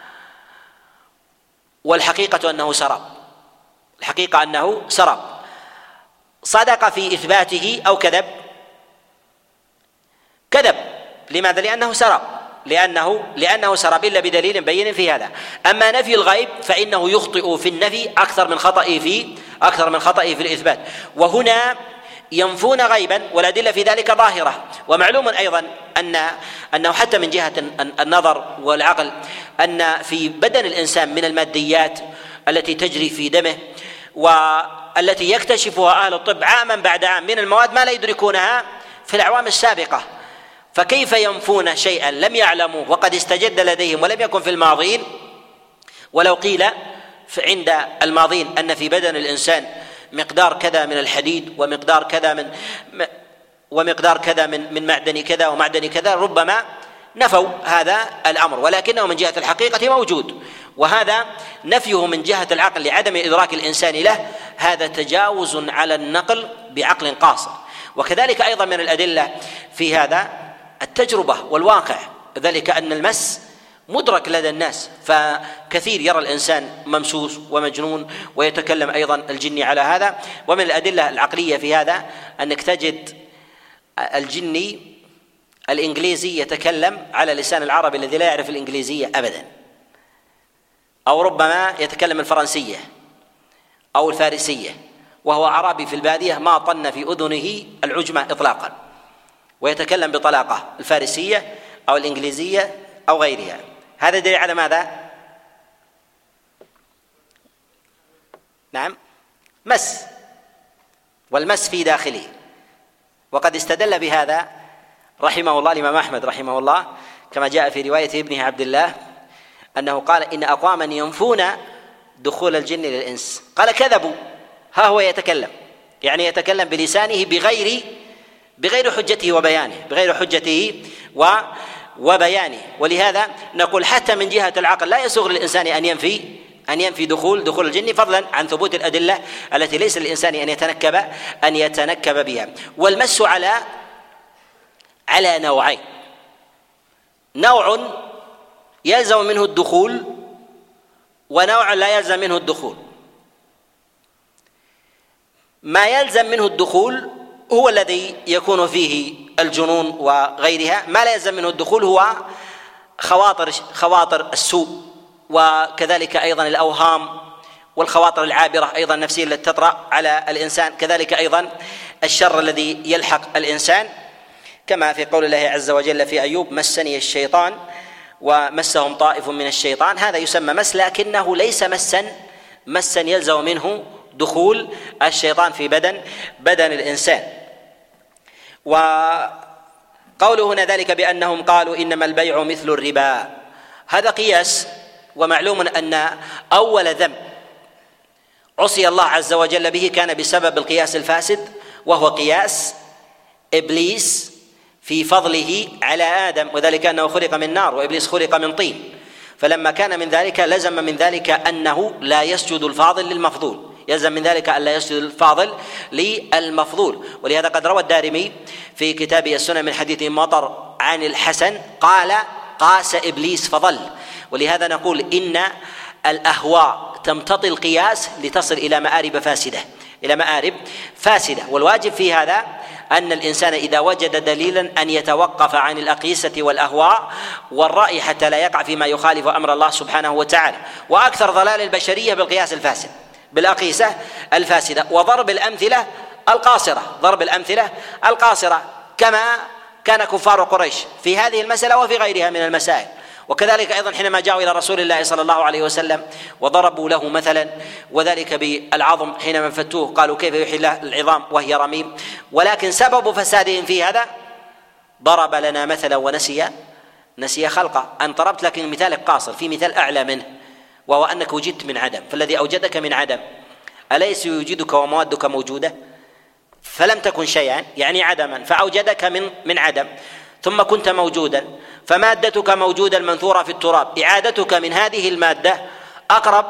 [SPEAKER 1] والحقيقة أنه سراب، الحقيقة أنه سراب، صدق في إثباته أو كذب؟ كذب. لماذا؟ لأنه سراب، لأنه لأنه سراب إلا بدليل بين في هذا. أما نفي الغيب فإنه يخطئ في النفي أكثر من خطئه في أكثر من خطئه في الإثبات. وهنا ينفون غيبا والأدلة في ذلك ظاهرة. ومعلوم أيضا أن أنه حتى من جهة النظر والعقل أن في بدن الإنسان من الماديات التي تجري في دمه والتي يكتشفها أهل الطب عاما بعد عام من المواد ما لا يدركونها في الأعوام السابقة، فكيف ينفون شيئا لم يعلموه وقد استجد لديهم ولم يكن في الماضين؟ ولو قيل عند الماضين أن في بدن الإنسان مقدار كذا من الحديد ومقدار كذا من ومقدار كذا من من معدن كذا ومعدن كذا، ربما نفوا هذا الأمر، ولكنه من جهة الحقيقة موجود. وهذا نفيه من جهة العقل لعدم إدراك الإنسان له، هذا تجاوز على النقل بعقل قاصر. وكذلك أيضا من الأدلة في هذا التجربة والواقع، ذلك أن المس مدرك لدى الناس، فكثير يرى الإنسان ممسوس ومجنون ويتكلم أيضا الجني على هذا. ومن الأدلة العقلية في هذا أنك تجد الجني الإنجليزي يتكلم على لسان العربي الذي لا يعرف الإنجليزية أبدا، أو ربما يتكلم الفرنسية أو الفارسية وهو عربي في البادية ما طن في أذنه العجمة إطلاقا، ويتكلم بطلاقة الفارسية أو الإنجليزية أو غيرها. هذا دليل على ماذا؟ نعم، مس، والمس في داخله. وقد استدل بهذا رحمه الله الإمام أحمد رحمه الله كما جاء في رواية ابنه عبد الله أنه قال إن أقواما ينفون دخول الجن للإنس، قال كذبوا، ها هو يتكلم، يعني يتكلم بلسانه بغير بغير حجته وبيانه، بغير حجته و وبيانه. ولهذا نقول حتى من جهة العقل لا يسوغ للإنسان أن ينفي أن ينفي دخول دخول الجن، فضلا عن ثبوت الأدلة التي ليس للإنسان أن يتنكب أن يتنكب بها. والمس على على نوعين، نوع يلزم منه الدخول ونوع لا يلزم منه الدخول. ما يلزم منه الدخول هو الذي يكون فيه الجنون وغيرها، ما لا يلزم منه الدخول هو خواطر خواطر السوء، وكذلك أيضا الأوهام والخواطر العابرة أيضا النفسية التي تطرأ على الإنسان، كذلك أيضا الشر الذي يلحق الإنسان، كما في قول الله عز وجل في أيوب مسني الشيطان ومسهم طائف من الشيطان. هذا يسمى مس، لكنه ليس مسا مسا يلزم منه دخول الشيطان في بدن بدن الإنسان. وقوله هنا ذلك بأنهم قالوا إنما البيع مثل الربا، هذا قياس. ومعلوم أن أول ذنب عصي الله عز وجل به كان بسبب القياس الفاسد، وهو قياس إبليس في فضله على آدم، وذلك أنه خلق من نار وإبليس خلق من طين. فلما كان من ذلك لزم من ذلك أنه لا يسجد الفاضل للمفضول، يلزم من ذلك أن لا يسجد الفاضل للمفضول. ولهذا قد روى الدارمي في كتابه السنن من حديث مطر عن الحسن قال قاس إبليس فضل. ولهذا نقول إن الأهواء تمتطي القياس لتصل إلى مآرب فاسدة إلى مآرب فاسدة والواجب في هذا أن الإنسان إذا وجد دليلا أن يتوقف عن الأقيسة والأهواء والرأي حتى لا يقع فيما يخالف أمر الله سبحانه وتعالى. وأكثر ضلال البشرية بالقياس الفاسد، بالأقيسة الفاسدة، وضرب الأمثلة القاصرة، ضرب الأمثلة القاصرة كما كان كفار قريش في هذه المسألة وفي غيرها من المسائل. وكذلك أيضا حينما جاءوا إلى رسول الله صلى الله عليه وسلم وضربوا له مثلا، وذلك بالعظم حينما فتوه قالوا كيف يحيي الله العظام وهي رميم، ولكن سبب فسادهم في هذا ضرب لنا مثلا ونسي نسي خلقه. أن ضربت لكن مثالك قاصر، في مثال أعلى منه، وهو أنك وجدت من عدم، فالذي أوجدك من عدم أليس يوجدك وموادك موجودة؟ فلم تكن شيئا يعني عدما، فأوجدك من من عدم، ثم كنت موجودا، فمادتك موجودة المنثورة في التراب، إعادتك من هذه المادة أقرب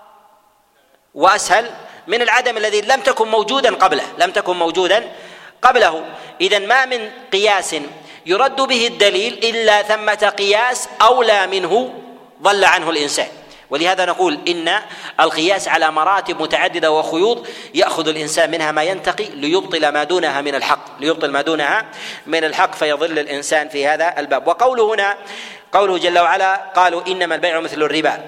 [SPEAKER 1] وأسهل من العدم الذي لم تكن موجودا قبله لم تكن موجودا قبله إذن ما من قياس يرد به الدليل إلا ثمة قياس أولى منه ضل عنه الإنسان. ولهذا نقول إن القياس على مراتب متعددة وخيوط يأخذ الإنسان منها ما ينتقي ليبطل ما دونها من الحق ليبطل ما دونها من الحق فيضل الإنسان في هذا الباب. وقوله هنا قوله جل وعلا قالوا إنما البيع مثل الربا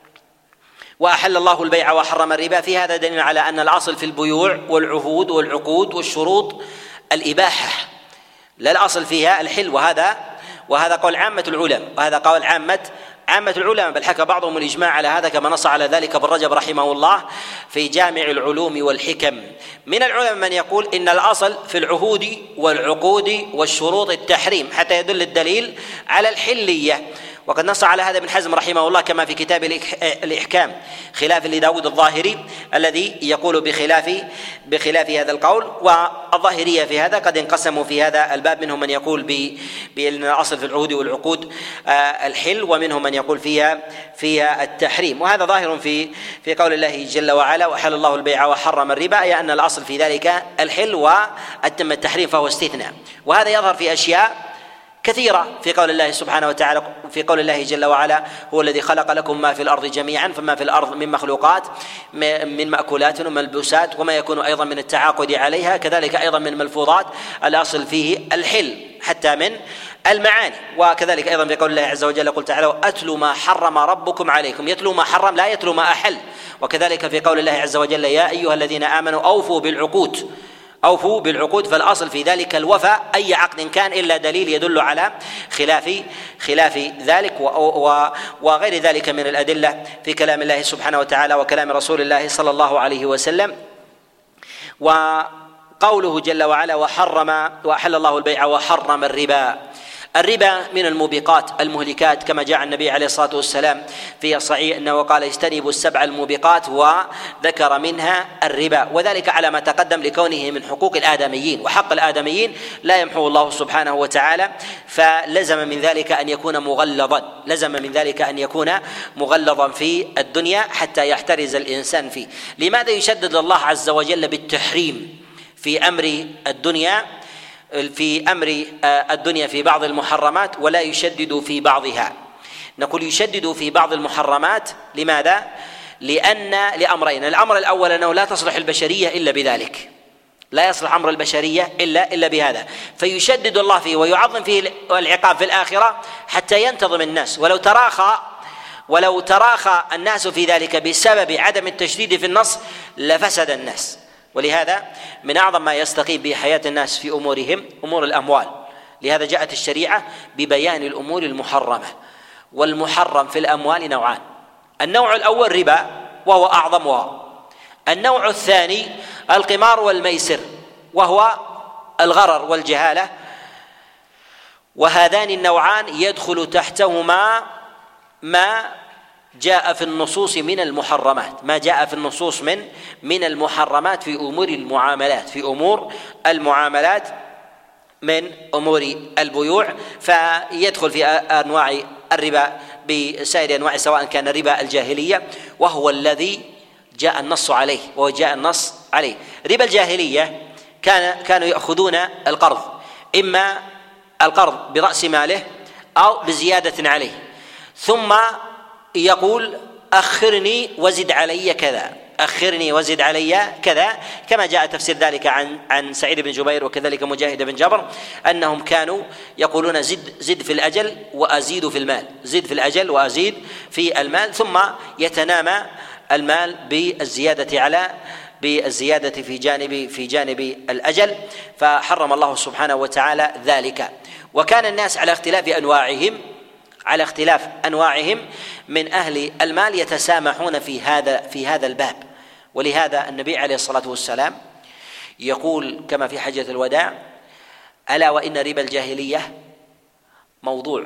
[SPEAKER 1] وأحل الله البيع وحرم الربا، في هذا دليل على أن الأصل في البيوع والعهود والعقود والشروط الإباحة، لا الأصل فيها الحل. وهذا وهذا قول عامة العلماء، وهذا قول عامة عامة العلماء، بل حكى بعضهم الإجماع على هذا كما نص على ذلك ابن رجب رحمه الله في جامع العلوم والحكم. من العلماء من يقول إن الأصل في العهود والعقود والشروط التحريم حتى يدل الدليل على الحلية، وقد نص على هذا ابن حزم رحمه الله كما في كتاب الإحكام خلاف لداود الظاهري الذي يقول بخلاف بخلاف هذا القول. والظاهرية في هذا قد انقسموا في هذا الباب، منهم من يقول بأن الأصل في العهود والعقود الحل، ومنهم من يقول فيها فيها التحريم. وهذا ظاهر في في قول الله جل وعلا وأحل الله البيع وحرم الربا، أي أن الأصل في ذلك الحل وأتم التحريم فهو استثناء. وهذا يظهر في أشياء كثيرة في قول الله سبحانه وتعالى، في قول الله جل وعلا هو الذي خلق لكم ما في الأرض جميعا، فما في الأرض من مخلوقات من مأكولات وملبوسات وما يكون أيضا من التعاقد عليها، كذلك أيضا من ملفوظات الأصل فيه الحل حتى من المعاني. وكذلك أيضا في قول الله عز وجل قل تعالوا أتلوا ما حرم ربكم عليكم، يتلو ما حرم لا يتلو ما أحل. وكذلك في قول الله عز وجل يا أيها الذين آمنوا أوفوا بالعقود أوفوا بالعقود، فالأصل في ذلك الوفاء أي عقد كان إلا دليل يدل على خلاف خلاف ذلك وغير ذلك من الأدلة في كلام الله سبحانه وتعالى وكلام رسول الله صلى الله عليه وسلم. وقوله جل وعلا وحرم وأحل الله البيع وحرم الربا، الربا من الموبقات المهلكات كما جاء النبي عليه الصلاة والسلام في الصحيح أنه قال اجتنبوا السبع الموبقات وذكر منها الربا، وذلك على ما تقدم لكونه من حقوق الآدميين، وحق الآدميين لا يمحو الله سبحانه وتعالى، فلزم من ذلك أن يكون مغلظا لزم من ذلك أن يكون مغلظا في الدنيا حتى يحترز الإنسان فيه. لماذا يشدد الله عز وجل بالتحريم في أمر الدنيا في أمر الدنيا في بعض المحرمات ولا يشدد في بعضها؟ نقول يشدد في بعض المحرمات لماذا؟ لأن لأمرين. الأمر الأول أنه لا تصلح البشرية إلا بذلك، لا يصلح أمر البشرية إلا إلا بهذا، فيشدد الله فيه ويعظم فيه العقاب في الآخرة حتى ينتظم الناس. ولو تراخى ولو تراخى الناس في ذلك بسبب عدم التشديد في النص لفسد الناس. ولهذا من أعظم ما يستقيم به حياة الناس في أمورهم أمور الأموال، لهذا جاءت الشريعة ببيان الأمور المحرمة. والمحرم في الأموال نوعان، النوع الأول ربا وهو أعظمها، النوع الثاني القمار والميسر وهو الغرر والجهالة، وهذان النوعان يدخل تحتهما ما جاء في النصوص من المحرمات ما جاء في النصوص من من المحرمات في أمور المعاملات في أمور المعاملات من أمور البيوع، فيدخل في أنواع الربا بسائر أنواع سواء كان ربا الجاهلية وهو الذي جاء النص عليه وهو جاء النص عليه. ربا الجاهلية كان كانوا يأخذون القرض، إما القرض برأس ماله أو بزيادة عليه، ثم يقول أخرني وزد علي كذا أخرني وزد علي كذا، كما جاء تفسير ذلك عن عن سعيد بن جبير وكذلك مجاهد بن جبر أنهم كانوا يقولون زد زد في الأجل وأزيد في المال، زد في الأجل وأزيد في المال، ثم يتنامى المال بالزيادة على بالزيادة في جانب في جانب الأجل، فحرم الله سبحانه وتعالى ذلك. وكان الناس على اختلاف أنواعهم على اختلاف أنواعهم من أهل المال يتسامحون في هذا في هذا الباب. ولهذا النبي عليه الصلاة والسلام يقول كما في حجة الوداع: ألا وإن ربا الجاهلية موضوع.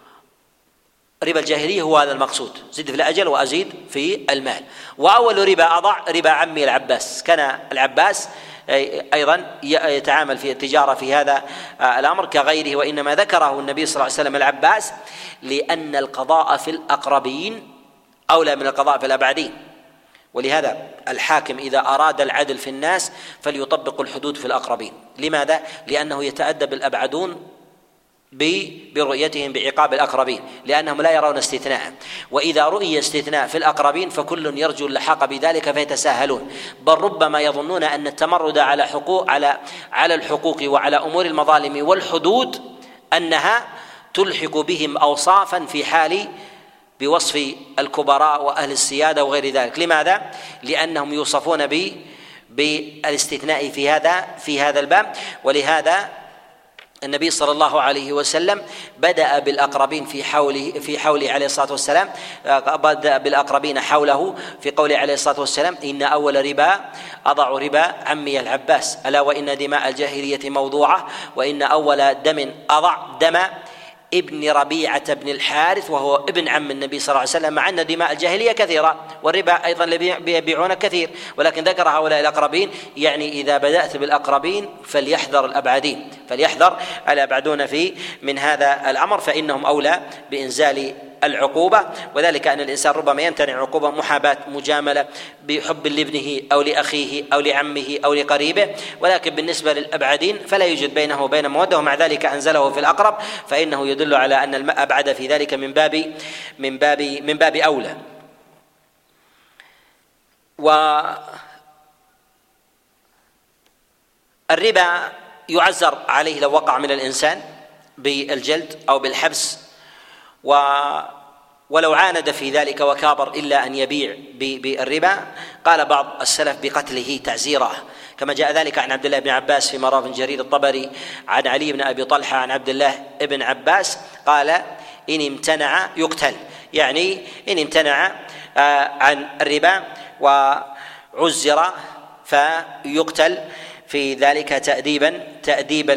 [SPEAKER 1] ربا الجاهلية هو هذا المقصود، زد في الأجل وأزيد في المال. وأول ربا أضع ربا عمي العباس، كان العباس أيضا يتعامل في التجارة في هذا الأمر كغيره، وإنما ذكره النبي صلى الله عليه وسلم العباس لأن القضاء في الأقربين أولى من القضاء في الأبعدين. ولهذا الحاكم إذا أراد العدل في الناس فليطبق الحدود في الأقربين. لماذا؟ لأنه يتأدب الأبعدون برؤيتهم بعقاب الأقربين، لأنهم لا يرون استثناء، وإذا رؤي استثناء في الأقربين فكل يرجو اللحاق بذلك فيتساهلون، بل ربما يظنون أن التمرد على حقوق على على الحقوق وعلى أمور المظالم والحدود أنها تلحق بهم أوصافا في حال بوصف الكبراء وأهل السيادة وغير ذلك. لماذا؟ لأنهم يوصفون ب بالاستثناء في هذا في هذا الباب. ولهذا النبي صلى الله عليه وسلم بدأ بالأقربين في حوله في حوله عليه الصلاة والسلام، بدأ بالأقربين حوله في قوله عليه الصلاة والسلام: إن أول ربا أضع ربا عمي العباس، ألا وإن دماء الجاهلية موضوعة، وإن أول دم أضع دم ابن ربيعة بن الحارث وهو ابن عم النبي صلى الله عليه وسلم، مع أن دماء الجاهلية كثيرة والربا أيضا يبيعون كثير، ولكن ذكر هؤلاء الأقربين، يعني إذا بدأت بالأقربين فليحذر الأبعدين، فليحذر الأبعدون في من هذا الأمر، فإنهم أولى بإنزال العقوبة. وذلك أن الإنسان ربما يمتنع عقوبة محاباة مجاملة بحب لابنه أو لأخيه أو لعمه أو لقريبه، ولكن بالنسبة للأبعدين فلا يوجد بينه وبين مودة، ومع ذلك أنزله في الأقرب، فإنه يدل على أن الأبعد في ذلك من باب من باب من باب أولى. والربا يعزر عليه لو وقع من الإنسان بالجلد أو بالحبس، و ولو عاند في ذلك وكابر إلا أن يبيع بالربا، قال بعض السلف بقتله تعزيرا، كما جاء ذلك عن عبد الله بن عباس في مراف جرير الطبري عن علي بن أبي طلحة عن عبد الله بن عباس قال: إن امتنع يقتل، يعني إن امتنع عن الربا وعزر فيقتل في ذلك تأديبا تأديبا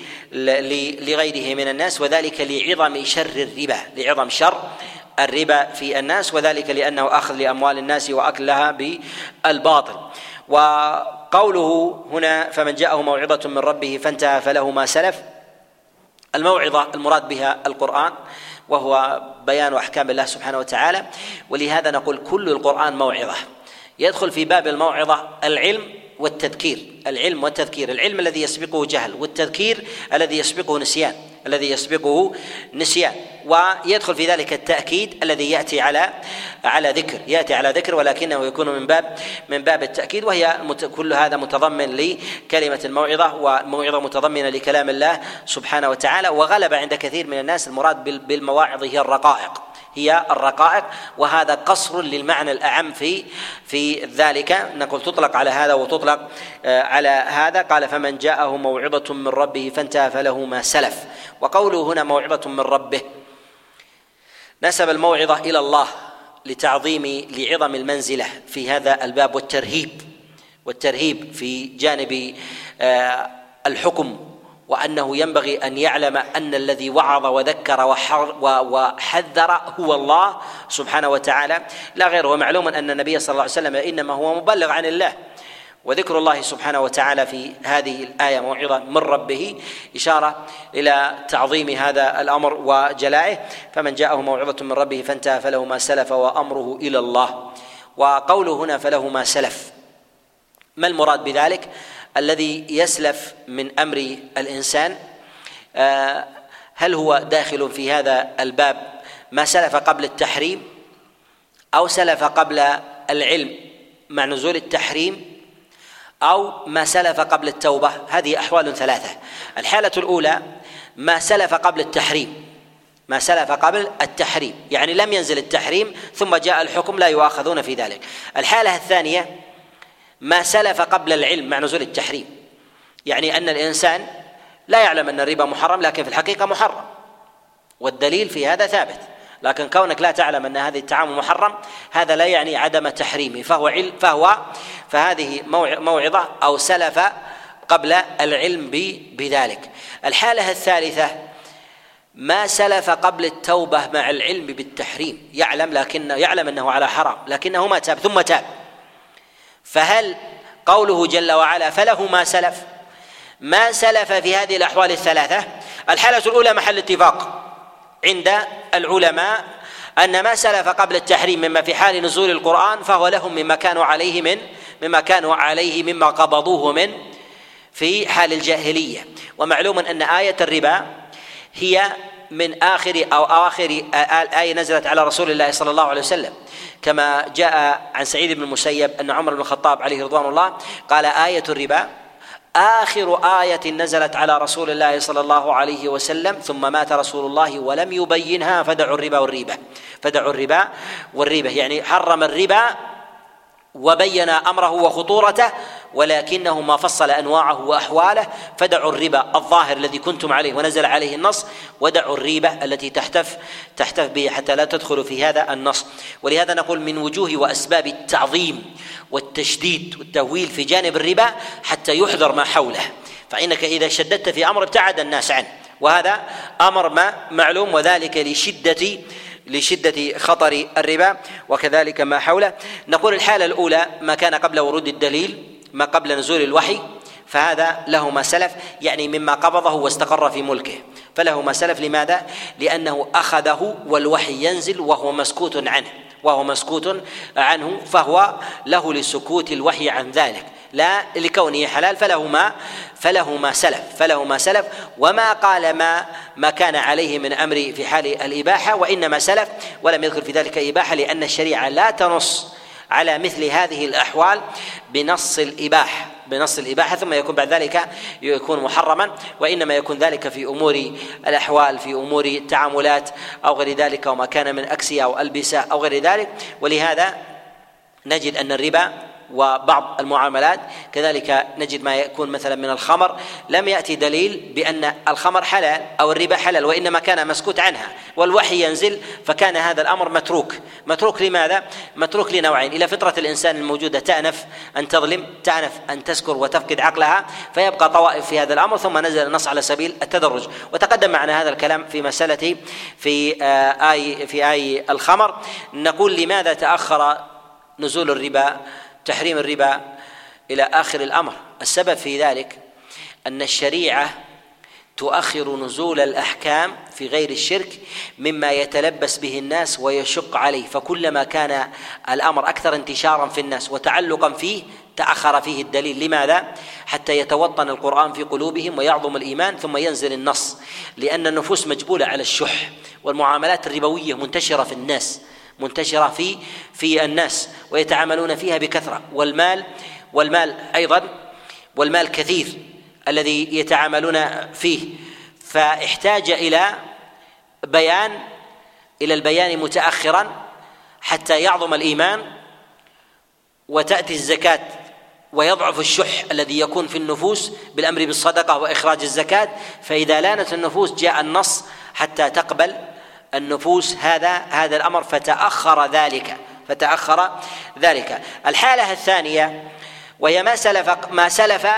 [SPEAKER 1] لغيره من الناس، وذلك لعظم شر الربا، لعظم شر الربا في الناس، وذلك لأنه أخذ لأموال الناس وأكلها بالباطل. وقوله هنا: فمن جاءه موعظة من ربه فانتهى فله ما سلف، الموعظة المراد بها القرآن، وهو بيان أحكام الله سبحانه وتعالى، ولهذا نقول كل القرآن موعظة. يدخل في باب الموعظة العلم والتذكير، العلم والتذكير، العلم الذي يسبقه جهل، والتذكير الذي يسبقه نسيان الذي يسبقه نسيان ويدخل في ذلك التأكيد الذي يأتي على على ذكر يأتي على ذكر ولكنه يكون من باب من باب التأكيد، وهي كل هذا متضمن لكلمة الموعظة، والموعظة متضمنة لكلام الله سبحانه وتعالى. وغلب عند كثير من الناس المراد بالمواعظ هي الرقائق هي الرقائق وهذا قصر للمعنى الأعم في في ذلك، نقول تطلق على هذا وتطلق على هذا. قال: فمن جاءه موعظة من ربه فانتهى فله ما سلف. وقوله هنا موعظة من ربه نسب الموعظة إلى الله لتعظيم لعظم المنزلة في هذا الباب، والترهيب والترهيب في جانب الحكم، وأنه ينبغي أن يعلم أن الذي وعظ وذكر وحذر هو الله سبحانه وتعالى لا غيره. ومعلوم أن النبي صلى الله عليه وسلم إنما هو مبلغ عن الله، وذكر الله سبحانه وتعالى في هذه الآية موعظة من ربه إشارة إلى تعظيم هذا الأمر وجلائه. فمن جاءه موعظة من ربه فانتهى فله ما سلف وأمره إلى الله. وقوله هنا فله ما سلف، ما المراد بذلك؟ الذي يسلف من أمر الإنسان، هل هو داخل في هذا الباب ما سلف قبل التحريم أو سلف قبل العلم مع نزول التحريم أو ما سلف قبل التوبة. هذه أحوال ثلاثة. الحالة الأولى ما سلف قبل التحريم، ما سلف قبل التحريم يعني لم ينزل التحريم ثم جاء الحكم لا يؤاخذون في ذلك. الحالة الثانية ما سلف قبل العلم مع نزول التحريم، يعني أن الإنسان لا يعلم أن الربا محرم لكن في الحقيقة محرم والدليل في هذا ثابت، لكن كونك لا تعلم أن هذه التعامل محرم هذا لا يعني عدم تحريمه، فهو علم فهو فهذه موعظة أو سلف قبل العلم بذلك. الحالة الثالثة ما سلف قبل التوبة مع العلم بالتحريم، يعلم لكن يعلم أنه على حرام لكنه ما تاب ثم تاب، فهل قوله جل وعلا فله ما سلف ما سلف في هذه الأحوال الثلاثة؟ الحالة الأولى محل اتفاق عند العلماء أن ما سلف قبل التحريم مما في حال نزول القرآن فهو لهم مما كانوا عليه من مما كانوا عليه مما قبضوه من في حال الجاهلية. ومعلوم أن آية الربا هي من آخر أو آخر آية نزلت على رسول الله صلى الله عليه وسلم، كما جاء عن سعيد بن المسيب أن عمر بن الخطاب عليه رضوان الله قال آية الربا آخر آية نزلت على رسول الله صلى الله عليه وسلم ثم مات رسول الله ولم يبينها فدعوا الربا والريبة فدعوا الربا والريبة يعني حرم الربا وبين أمره وخطورته ولكنه ما فصل أنواعه وأحواله، فدعوا الربا الظاهر الذي كنتم عليه ونزل عليه النص ودعوا الريبة التي تحتف تحتف به حتى لا تدخل في هذا النص. ولهذا نقول من وجوه وأسباب التعظيم والتشديد والتهويل في جانب الربا حتى يحذر ما حوله، فإنك إذا شددت في أمر ابتعد الناس عنه، وهذا أمر ما معلوم، وذلك لشدة لشدة خطر الربا وكذلك ما حوله. نقول الحالة الأولى ما كان قبل ورود الدليل ما قبل نزول الوحي فهذا له ما سلف، يعني مما قبضه واستقر في ملكه فله ما سلف. لماذا؟ لأنه أخذه والوحي ينزل وهو مسكوت عنه وهو مسكوت عنه فهو له لسكوت الوحي عن ذلك لا لكونه حلال، فله ما فله ما سلف فله ما سلف وما قال ما ما كان عليه من أمر في حال الإباحة، وإنما سلف ولم يذكر في ذلك إباحة، لأن الشريعة لا تنص على مثل هذه الأحوال بنص الإباحة بنص الإباحة ثم يكون بعد ذلك يكون محرما، وإنما يكون ذلك في أمور الأحوال في أمور التعاملات أو غير ذلك وما كان من أكسية أو ألبسة أو غير ذلك. ولهذا نجد أن الربا وبعض المعاملات كذلك نجد ما يكون مثلا من الخمر لم يأتي دليل بأن الخمر حلال أو الربا حلال، وإنما كان مسكوت عنها والوحي ينزل فكان هذا الأمر متروك. متروك لماذا؟ متروك لنوعين: إلى فطرة الإنسان الموجودة تأنف أن تظلم، تأنف أن تسكر وتفقد عقلها، فيبقى طوائف في هذا الأمر، ثم نزل النص على سبيل التدرج. وتقدم معنا هذا الكلام في مسألة في آي في آي الخمر. نقول لماذا تأخر نزول الربا تحريم الربا إلى آخر الأمر؟ السبب في ذلك أن الشريعة تؤخر نزول الأحكام في غير الشرك مما يتلبس به الناس ويشق عليه، فكلما كان الأمر أكثر انتشارا في الناس وتعلقا فيه تأخر فيه الدليل. لماذا؟ حتى يتوطن القرآن في قلوبهم ويعظم الإيمان ثم ينزل النص، لأن النفوس مجبولة على الشح، والمعاملات الربوية منتشرة في الناس منتشرة في في الناس ويتعاملون فيها بكثرة، والمال والمال أيضا والمال كثير الذي يتعاملون فيه، فاحتاج إلى بيان إلى البيان متأخرا حتى يعظم الإيمان وتأتي الزكاة ويضعف الشح الذي يكون في النفوس بالأمر بالصدقة وإخراج الزكاة، فإذا لانت النفوس جاء النص حتى تقبل النفوس هذا هذا الأمر فتأخر ذلك فتأخر ذلك. الحالة الثانية وهي ما سلف ما سلف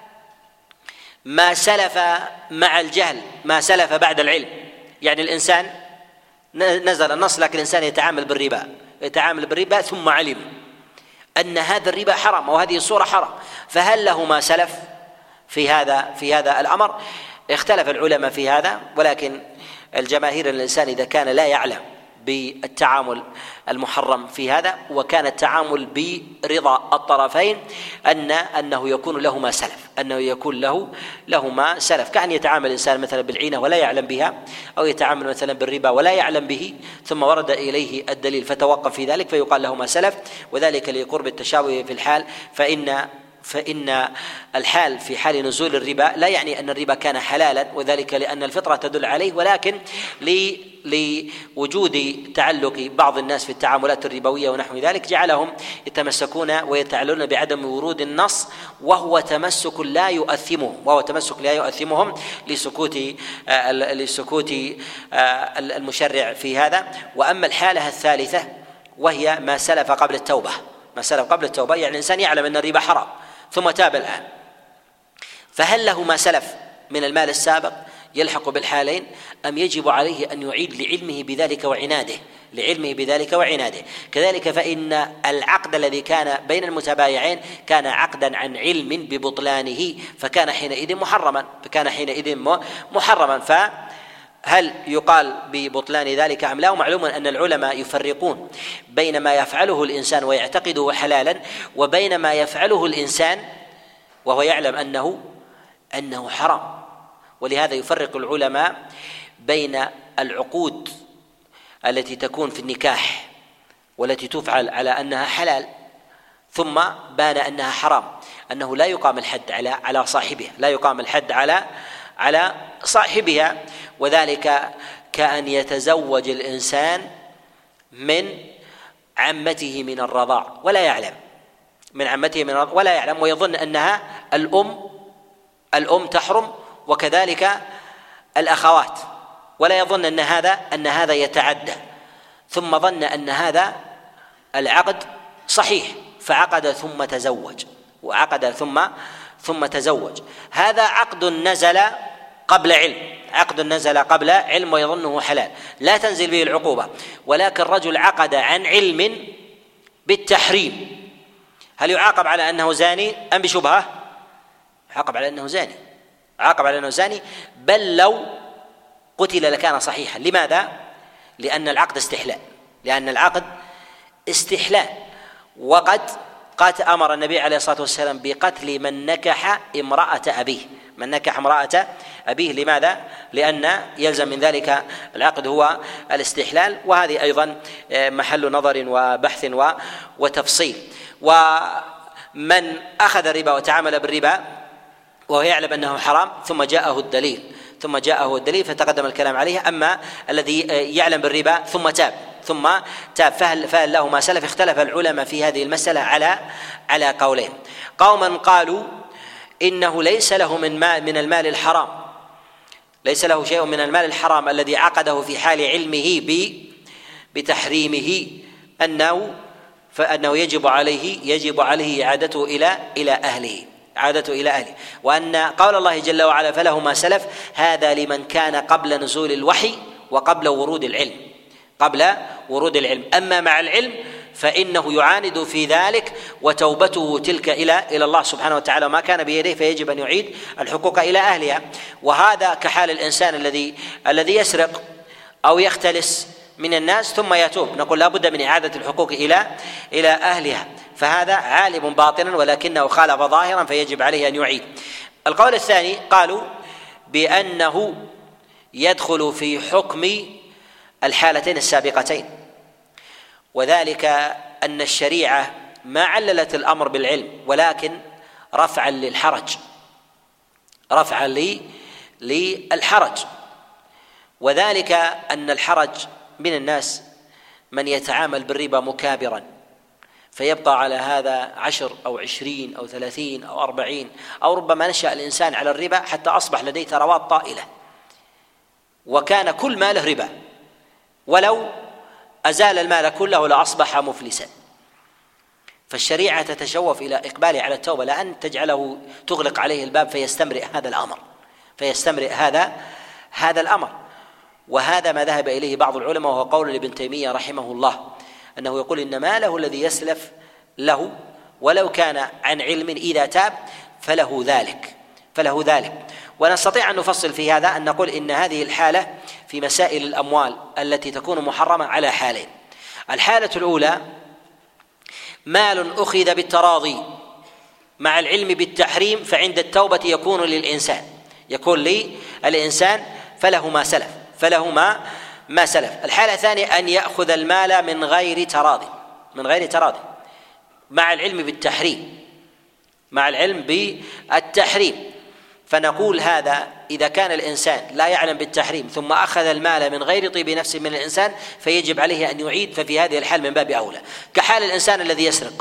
[SPEAKER 1] ما سلف مع الجهل، ما سلف بعد العلم، يعني الإنسان نزل النص لكن الإنسان يتعامل بالربا يتعامل بالربا ثم علم أن هذا الربا حرام وهذه الصورة حرام، فهل له ما سلف في هذا في هذا الأمر؟ اختلف العلماء في هذا، ولكن الجماهير الإنسان إذا كان لا يعلم بالتعامل المحرم في هذا، وكان التعامل برضا الطرفين أن أنه يكون لهما سلف، أنه يكون له لهما سلف، كأن يتعامل الإنسان مثلا بالعينة ولا يعلم بها، أو يتعامل مثلا بالربا ولا يعلم به، ثم ورد إليه الدليل فتوقف في ذلك فيقال لهما سلف، وذلك لقرب التشابه في الحال. فإن فإن الحال في حال نزول الربا لا يعني أن الربا كان حلالا، وذلك لأن الفطرة تدل عليه، ولكن لوجود تعلق بعض الناس في التعاملات الربوية ونحو ذلك جعلهم يتمسكون ويتعللون بعدم ورود النص، وهو تمسك لا يؤثمهم وهو تمسك لا يؤثمهم لسكوت لسكوت المشرع في هذا. وأما الحالة الثالثة وهي ما سلف قبل التوبة، ما سلف قبل التوبة يعني الإنسان يعلم أن الربا حرام ثم تاب الآن، فهل له ما سلف من المال السابق يلحق بالحالين، أم يجب عليه أن يعيد لعلمه بذلك وعناده لعلمه بذلك وعناده؟ كذلك فإن العقد الذي كان بين المتبايعين كان عقدا عن علم ببطلانه، فكان حينئذ محرما فكان حينئذ محرما فهل يقال ببطلان ذلك أم لا؟ ومعلوم أن العلماء يفرقون بين ما يفعله الإنسان ويعتقده حلالا، وبين ما يفعله الإنسان وهو يعلم أنه أنه حرام. ولهذا يفرق العلماء بين العقود التي تكون في النكاح والتي تفعل على أنها حلال ثم بان أنها حرام، أنه لا يقام الحد على على صاحبها لا يقام الحد على على صاحبها وذلك كأن يتزوج الإنسان من عمته من الرضاع ولا يعلم من عمته من الرضاع ولا يعلم ويظن أنها الأم الأم تحرم، وكذلك الأخوات، ولا يظن أن هذا أن هذا يتعدى، ثم ظن أن هذا العقد صحيح فعقد ثم تزوج وعقد ثم ثم تزوج. هذا عقد نزل قبل علم عقد نزل قبل علم ويظنه حلال لا تنزل به العقوبة، ولكن رجل عقد عن علم بالتحريم، هل يعاقب على أنه زاني أم بشبهة؟ يعاقب على أنه زاني عاقب على أنه زاني بل لو قتل لكان صحيحا. لماذا؟ لأن العقد استحلال لأن العقد استحلال وقد قد أمر النبي عليه الصلاة والسلام بقتل من نكح امرأة أبيه من نكح امرأة أبيه. لماذا؟ لأن يلزم من ذلك العقد هو الاستحلال، وهذه أيضا محل نظر وبحث وتفصيل. ومن أخذ الربا وتعامل بالربا وهو يعلم أنه حرام ثم جاءه الدليل ثم جاءه الدليل فتقدم الكلام عليه. أما الذي يعلم بالربا ثم تاب ثم تاب فهل, فهل له ما سلف؟ اختلف العلماء في هذه المسألة على على قولين. قوما قالوا إنه ليس له من مال من المال الحرام ليس له شيء من المال الحرام الذي عقده في حال علمه بتحريمه أنه فأنه يجب عليه يجب عليه إعادته إلى إلى أهله عادته إلى أهله وأن قول الله جل وعلا فله ما سلف هذا لمن كان قبل نزول الوحي وقبل ورود العلم قبل ورود العلم أما مع العلم فإنه يعاند في ذلك وتوبته تلك إلى إلى الله سبحانه وتعالى وما كان بيده، فيجب أن يعيد الحقوق إلى أهلها. وهذا كحال الإنسان الذي الذي يسرق أو يختلس من الناس ثم يتوب، نقول لا بد من إعادة الحقوق إلى إلى أهلها، فهذا عالم باطنا ولكنه خالف ظاهرا فيجب عليه أن يعيد. القول الثاني قالوا بأنه يدخل في حكم الحالتين السابقتين، وذلك أن الشريعة ما عللت الأمر بالعلم ولكن رفعا للحرج رفعا للحرج وذلك أن الحرج من الناس من يتعامل بالربا مكابرا فيبقى على هذا عشر أو عشرين أو ثلاثين أو أربعين أو ربما نشأ الإنسان على الربا حتى أصبح لديه ثروات طائلة وكان كل ماله ربا، ولو أزال المال كله لأصبح مفلسا. فالشريعة تتشوف إلى إقباله على التوبة لأن تجعله تغلق عليه الباب فيستمرئ هذا الأمر فيستمرئ هذا هذا الأمر وهذا ما ذهب إليه بعض العلماء وهو قول ابن تيمية رحمه الله أنه يقول إن ماله الذي يسلف له ولو كان عن علم إذا تاب فله ذلك فله ذلك ونستطيع أن نفصل في هذا أن نقول إن هذه الحالة في مسائل الأموال التي تكون محرمة على حالين. الحالة الأولى مال أخذ بالتراضي مع العلم بالتحريم، فعند التوبة يكون للإنسان يكون للإنسان فله ما سلف فله ما ما سلف. الحالة الثانية أن يأخذ المال من غير تراضي من غير تراضي مع العلم بالتحريم مع العلم بالتحريم فنقول هذا إذا كان الإنسان لا يعلم بالتحريم ثم أخذ المال من غير طيب نفس من الإنسان فيجب عليه أن يعيد، ففي هذه الحال من باب أولى. كحال الإنسان الذي يسرق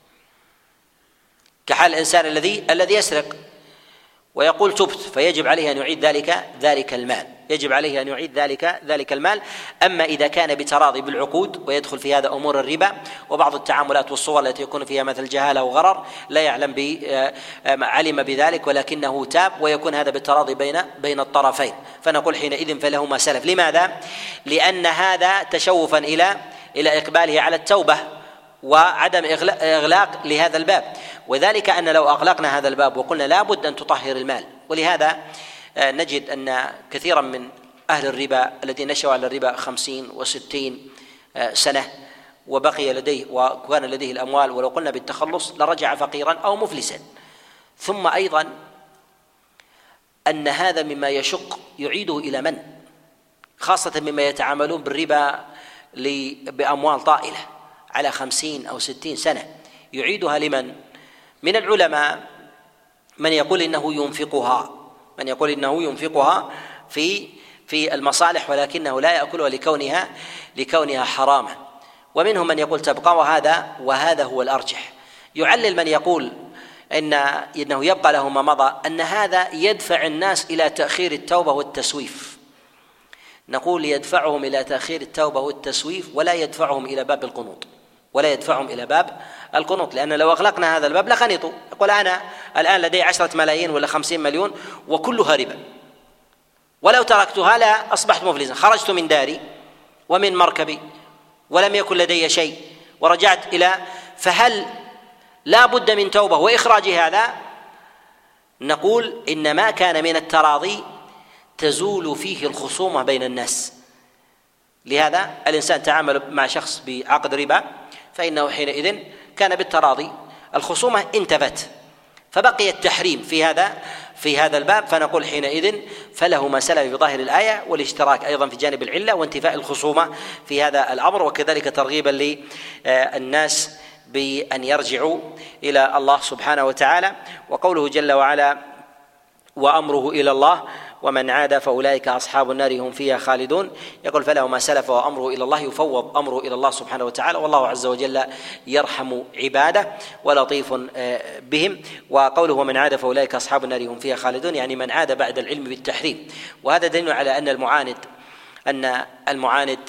[SPEAKER 1] كحال الإنسان الذي الذي يسرق ويقول تبت، فيجب عليه أن يعيد ذلك ذلك المال يجب عليه أن يعيد ذلك ذلك المال. أما إذا كان بتراضي بالعقود ويدخل في هذا أمور الربا وبعض التعاملات والصور التي يكون فيها مثل جهالة وغرر لا يعلم ب علم بذلك ولكنه تاب ويكون هذا بالتراضي بين بين الطرفين، فنقول حينئذ فله ما سلف. لماذا؟ لأن هذا تشوفا إلى إلى إقباله على التوبة وعدم إغلاق لهذا الباب، وذلك أن لو أغلقنا هذا الباب وقلنا لا بد أن تطهر المال، ولهذا نجد أن كثيرا من أهل الربا الذين نشأوا على الربا خمسين وستين سنة وبقي لديه وكان لديه الأموال ولو قلنا بالتخلص لرجع فقيرا أو مفلسا. ثم أيضا أن هذا مما يشق يعيده إلى من؟ خاصة مما يتعاملون بالربا بأموال طائلة على خمسين أو ستين سنة يعيدها لمن؟ من العلماء من يقول إنه ينفقها من يقول إنه ينفقها في في المصالح ولكنه لا يأكلها لكونها لكونها حرامة، ومنهم من يقول تبقى، وهذا وهذا هو الأرجح. يعلل من يقول إن إنه يبقى له ما مضى أن هذا يدفع الناس إلى تأخير التوبة والتسويف. نقول يدفعهم إلى تأخير التوبة والتسويف ولا يدفعهم إلى باب القنوط ولا يدفعهم إلى باب القنوط، لأن لو أغلقنا هذا الباب لخنطوا. يقول أنا الآن لدي عشرة ملايين ولا خمسين مليون وكلها ربا، ولو تركتها لا أصبحت مفلسا، خرجت من داري ومن مركبي ولم يكن لدي شيء ورجعت إلى، فهل لا بد من توبة وإخراج هذا؟ نقول إن ما كان من التراضي تزول فيه الخصومة بين الناس. لهذا الإنسان تعامل مع شخص بعقد ربا فإنه حينئذ كان بالتراضي، الخصومة انتفت فبقي التحريم في هذا في هذا الباب، فنقول حينئذ فله ما سلف بظاهر الآية والاشتراك أيضا في جانب العلة وانتفاء الخصومة في هذا الأمر، وكذلك ترغيبا للناس بأن يرجعوا إلى الله سبحانه وتعالى. وقوله جل وعلا وأمره إلى الله ومن عاد فأولئك أصحاب النار هم فيها خالدون، يقول فله ما سلف وأمره إلى الله، يفوض أمره إلى الله سبحانه وتعالى، والله عز وجل يرحم عباده ولطيف بهم. وقوله ومن عاد فأولئك أصحاب النار هم فيها خالدون يعني من عاد بعد العلم بالتحريم، وهذا دليل على أن المعاند أن المعاند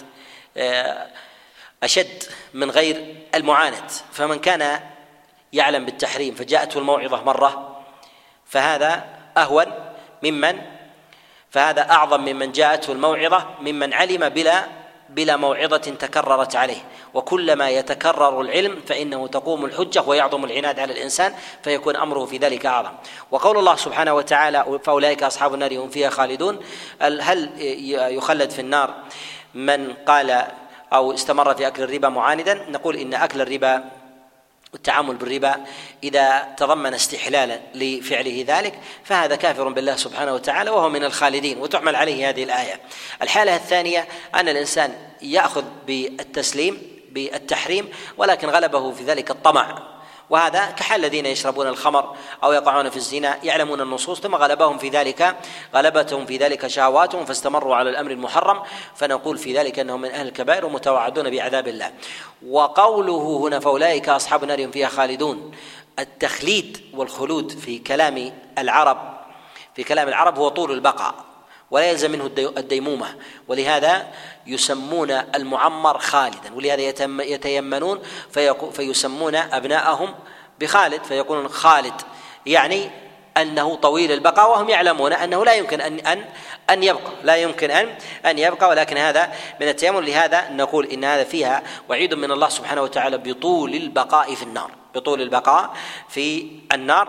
[SPEAKER 1] أشد من غير المعاند، فمن كان يعلم بالتحريم فجاءته الموعظة مرة فهذا أهون ممن فهذا أعظم ممن جاءته الموعظة ممن علم بلا بلا موعظة تكررت عليه، وكلما يتكرر العلم فإنه تقوم الحجة ويعظم العناد على الإنسان فيكون أمره في ذلك أعظم. وقول الله سبحانه وتعالى فأولئك أصحاب النار هم فيها خالدون، هل يخلد في النار من قال أو استمر في أكل الربا معاندا؟ نقول إن أكل الربا والتعامل بالربا إذا تضمن استحلالا لفعله ذلك فهذا كافر بالله سبحانه وتعالى وهو من الخالدين، وتعمل عليه هذه الآية. الحالة الثانية أن الإنسان يأخذ بالتسليم بالتحريم ولكن غلبه في ذلك الطمع، وهذا كحال الذين يشربون الخمر أو يقعون في الزنا يعلمون النصوص ثم غلبهم في ذلك غلبتهم في ذلك شهواتهم فاستمروا على الأمر المحرم، فنقول في ذلك أنهم من أهل الكبائر ومتوعدون بعذاب الله. وقوله هنا فأولئك أصحاب النار هم فيها خالدون، التخليد والخلود في كلام العرب في كلام العرب هو طول البقاء ولا يلزم منه الديمومة، ولهذا يسمون المعمر خالدا، ولهذا يتيمنون فيسمون أبناءهم بخالد فيكون خالد يعني أنه طويل البقاء، وهم يعلمون أنه لا يمكن أن أن أن يبقى لا يمكن أن أن يبقى ولكن هذا من التيمم. لهذا نقول إن هذا فيها وعيد من الله سبحانه وتعالى بطول البقاء في النار. بطول البقاء في النار.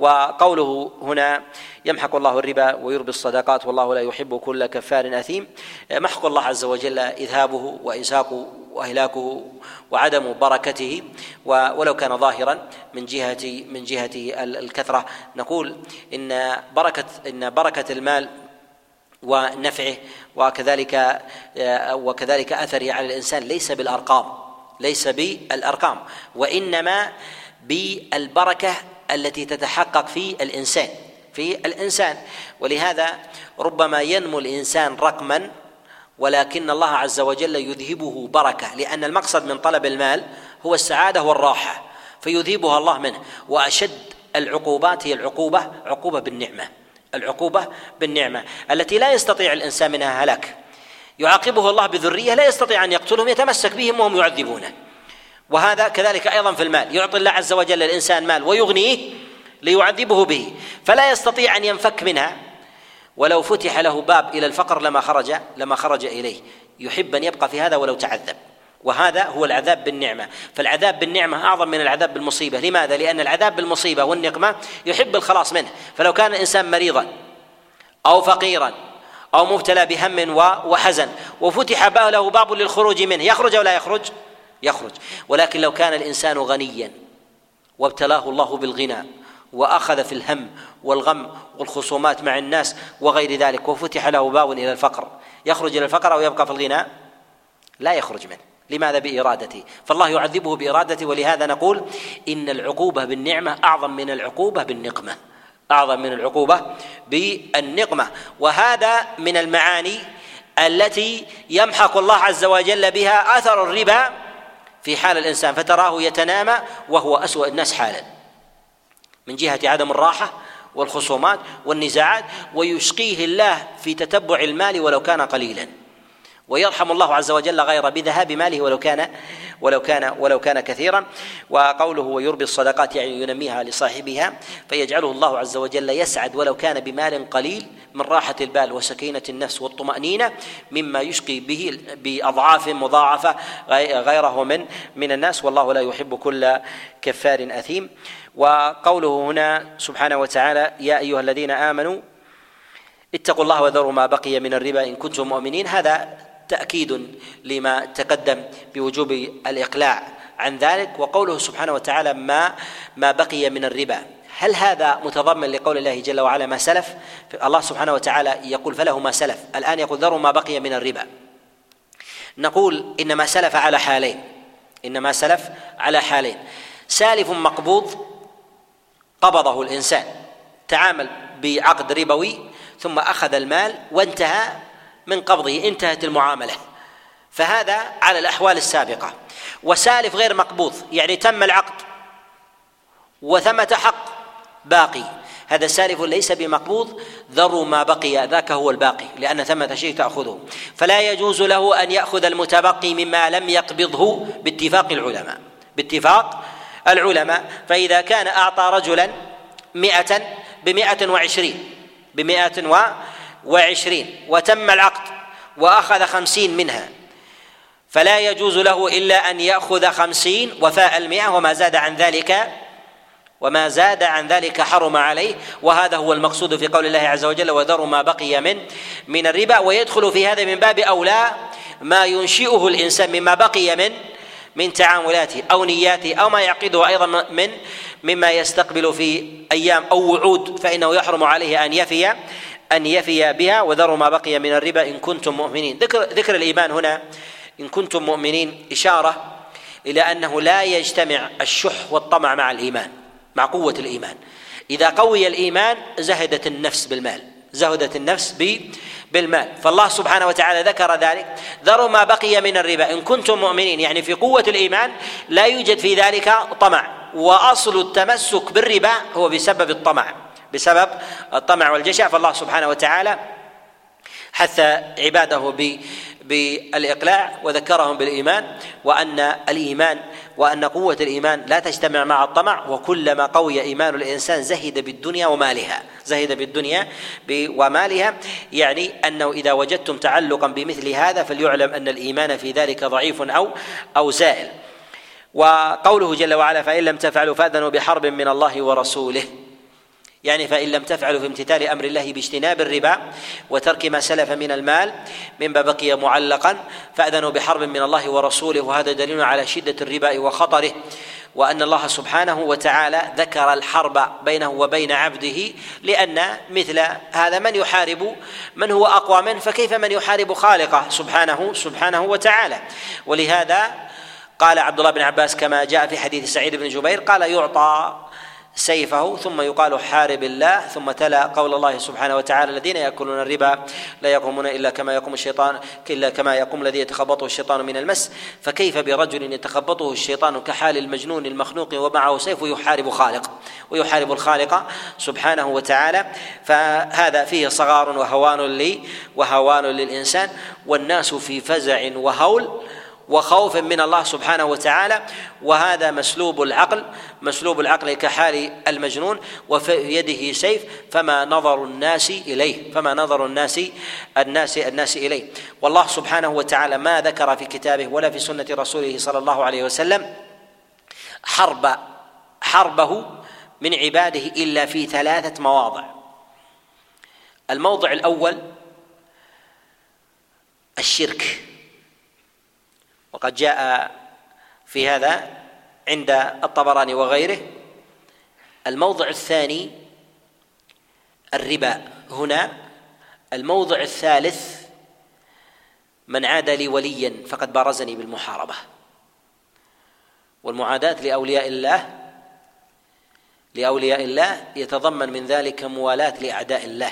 [SPEAKER 1] وقوله هنا يمحق الله الربا ويربي الصدقات والله لا يحب كل كفار أثيم، محق الله عز وجل إذهابه وإزهاقه وإهلاكه وعدم بركته، ولو كان ظاهرا من جهة من جهة الكثرة. نقول إن بركة إن بركة المال ونفعه وكذلك وكذلك أثره على الإنسان ليس بالأرقام ليس بالأرقام وإنما بالبركة التي تتحقق في الإنسان في الإنسان ولهذا ربما ينمو الإنسان رقما ولكن الله عز وجل يذهبه بركة، لأن المقصد من طلب المال هو السعادة والراحة فيذهبها الله منه. وأشد العقوبات هي العقوبة عقوبة بالنعمة العقوبة بالنعمة التي لا يستطيع الإنسان منها هلاك، يعاقبه الله بذرية لا يستطيع أن يقتلهم يتمسك بهم وهم يعذبونه. وهذا كذلك أيضا في المال، يعطي الله عز وجل الإنسان مال ويغنيه ليعذبه به فلا يستطيع أن ينفك منها، ولو فتح له باب إلى الفقر لما خرج لما خرج إليه، يحب أن يبقى في هذا ولو تعذب. وهذا هو العذاب بالنعمة. فالعذاب بالنعمة أعظم من العذاب بالمصيبة. لماذا؟ لأن العذاب بالمصيبة والنقمة يحب الخلاص منه، فلو كان الإنسان مريضا أو فقيرا أو مبتلى بهم وحزن وفتح له باب للخروج منه يخرج ولا يخرج؟ يخرج. ولكن لو كان الإنسان غنيا وابتلاه الله بالغنى وأخذ في الهم والغم والخصومات مع الناس وغير ذلك وفتح له باب إلى الفقر، يخرج إلى الفقر أو يبقى في الغنى؟ لا يخرج منه. لماذا؟ بإرادته. فالله يعذبه بإرادته. ولهذا نقول إن العقوبة بالنعمة أعظم من العقوبة بالنقمة أعظم من العقوبة بالنقمة. وهذا من المعاني التي يمحق الله عز وجل بها أثر الربا في حال الإنسان، فتراه يتنامى وهو أسوأ الناس حالا من جهة عدم الراحة والخصومات والنزاعات، ويشقيه الله في تتبع المال ولو كان قليلا، ويرحم الله عز وجل غير بذهاب ماله ولو كان ولو كان ولو كان كثيرا. وقوله ويربي الصدقات يعني ينميها لصاحبها فيجعله الله عز وجل يسعد ولو كان بمال قليل من راحة البال وسكينة النفس والطمأنينة مما يشقي به بأضعاف مضاعفة غيره من من الناس، والله لا يحب كل كفار أثيم. وقوله هنا سبحانه وتعالى يا أيها الذين آمنوا اتقوا الله وذروا ما بقي من الربا إن كنتم مؤمنين، هذا تأكيد لما تقدم بوجوب الإقلاع عن ذلك. وقوله سبحانه وتعالى ما ما بقي من الربا، هل هذا متضمن لقول الله جل وعلا ما سلف؟ الله سبحانه وتعالى يقول فله ما سلف، الآن يقول ذروا ما بقي من الربا. نقول إن ما سلف على حالين إن ما سلف على حالين سالف مقبوض قبضه الإنسان، تعامل بعقد ربوي ثم أخذ المال وانتهى من قبضه، انتهت المعاملة، فهذا على الأحوال السابقة. وسالف غير مقبوض يعني تم العقد وثمة حق باقي، هذا سالف ليس بمقبوض، ذروا ما بقي ذاك هو الباقي لأن ثمة شيء تأخذه، فلا يجوز له أن يأخذ المتبقي مما لم يقبضه باتفاق العلماء باتفاق العلماء فإذا كان أعطى رجلا مئة بمئة وعشرين بمئة وعشرين وتم العقد وأخذ خمسين منها، فلا يجوز له إلا أن يأخذ خمسين وفاء المئة، وما زاد عن ذلك وما زاد عن ذلك حرم عليه. وهذا هو المقصود في قول الله عز وجل وذروا ما بقي من من الربا. ويدخل في هذا من باب أولى ما ينشئه الإنسان مما بقي من من تعاملاته أو نياته أو ما يعقده أيضا من مما يستقبل في أيام أو وعود، فإنه يحرم عليه أن يفي أن يفي بها. وذروا ما بقي من الربا إن كنتم مؤمنين. ذكر ذكر الإيمان هنا إن كنتم مؤمنين إشارة إلى أنه لا يجتمع الشح والطمع مع الإيمان، مع قوة الإيمان. إذا قوي الإيمان زهدت النفس بالمال زهدت النفس بالمال فالله سبحانه وتعالى ذكر ذلك ذروا ما بقي من الربا إن كنتم مؤمنين، يعني في قوة الإيمان لا يوجد في ذلك طمع. وأصل التمسك بالربا هو بسبب الطمع بسبب الطمع والجشع، فالله سبحانه وتعالى حث عباده بالإقلاع وذكرهم بالإيمان، وأن الإيمان وأن قوة الإيمان لا تجتمع مع الطمع. وكلما قوي إيمان الإنسان زهد بالدنيا ومالها زهد بالدنيا ومالها، يعني أنه إذا وجدتم تعلقا بمثل هذا فليعلم أن الإيمان في ذلك ضعيف أو أو زائل. وقوله جل وعلا فإن لم تفعلوا فأذنوا بحرب من الله ورسوله، يعني فإن لم تفعلوا في امتثال أمر الله باجتناب الربا وترك ما سلف من المال مما بقي معلقا فأذنوا بحرب من الله ورسوله. وهذا دليل على شدة الربا وخطره، وأن الله سبحانه وتعالى ذكر الحرب بينه وبين عبده، لأن مثل هذا من يحارب من هو أقوى منه، فكيف من يحارب خالقه سبحانه سبحانه وتعالى. ولهذا قال عبد الله بن عباس كما جاء في حديث سعيد بن جبير قال يعطى سيفه ثم يقال حارب الله، ثم تلا قول الله سبحانه وتعالى الذين يأكلون الربا لا يقومون إلا كما يقوم الشيطان إلا كما يقوم الذي يتخبطه الشيطان من المس، فكيف برجل يتخبطه الشيطان كحال المجنون المخنوق ومعه سيف يحارب خالق ويحارب الخالق سبحانه وتعالى. فهذا فيه صغار وهوان لي وهوان للإنسان، والناس في فزع وهول وخوف من الله سبحانه وتعالى، وهذا مسلوب العقل مسلوب العقل كحال المجنون وفي يده سيف، فما نظر الناس إليه فما نظر الناس الناس الناس إليه. والله سبحانه وتعالى ما ذكر في كتابه ولا في سنة رسوله صلى الله عليه وسلم حرب حربه من عباده إلا في ثلاثة مواضع. الموضع الأول الشرك، وقد جاء في هذا عند الطبراني وغيره. الموضع الثاني الربا هنا. الموضع الثالث من عاد لي وليا فقد بارزني بالمحاربة. والمعاداة لأولياء الله لأولياء الله يتضمن من ذلك موالاة لأعداء الله،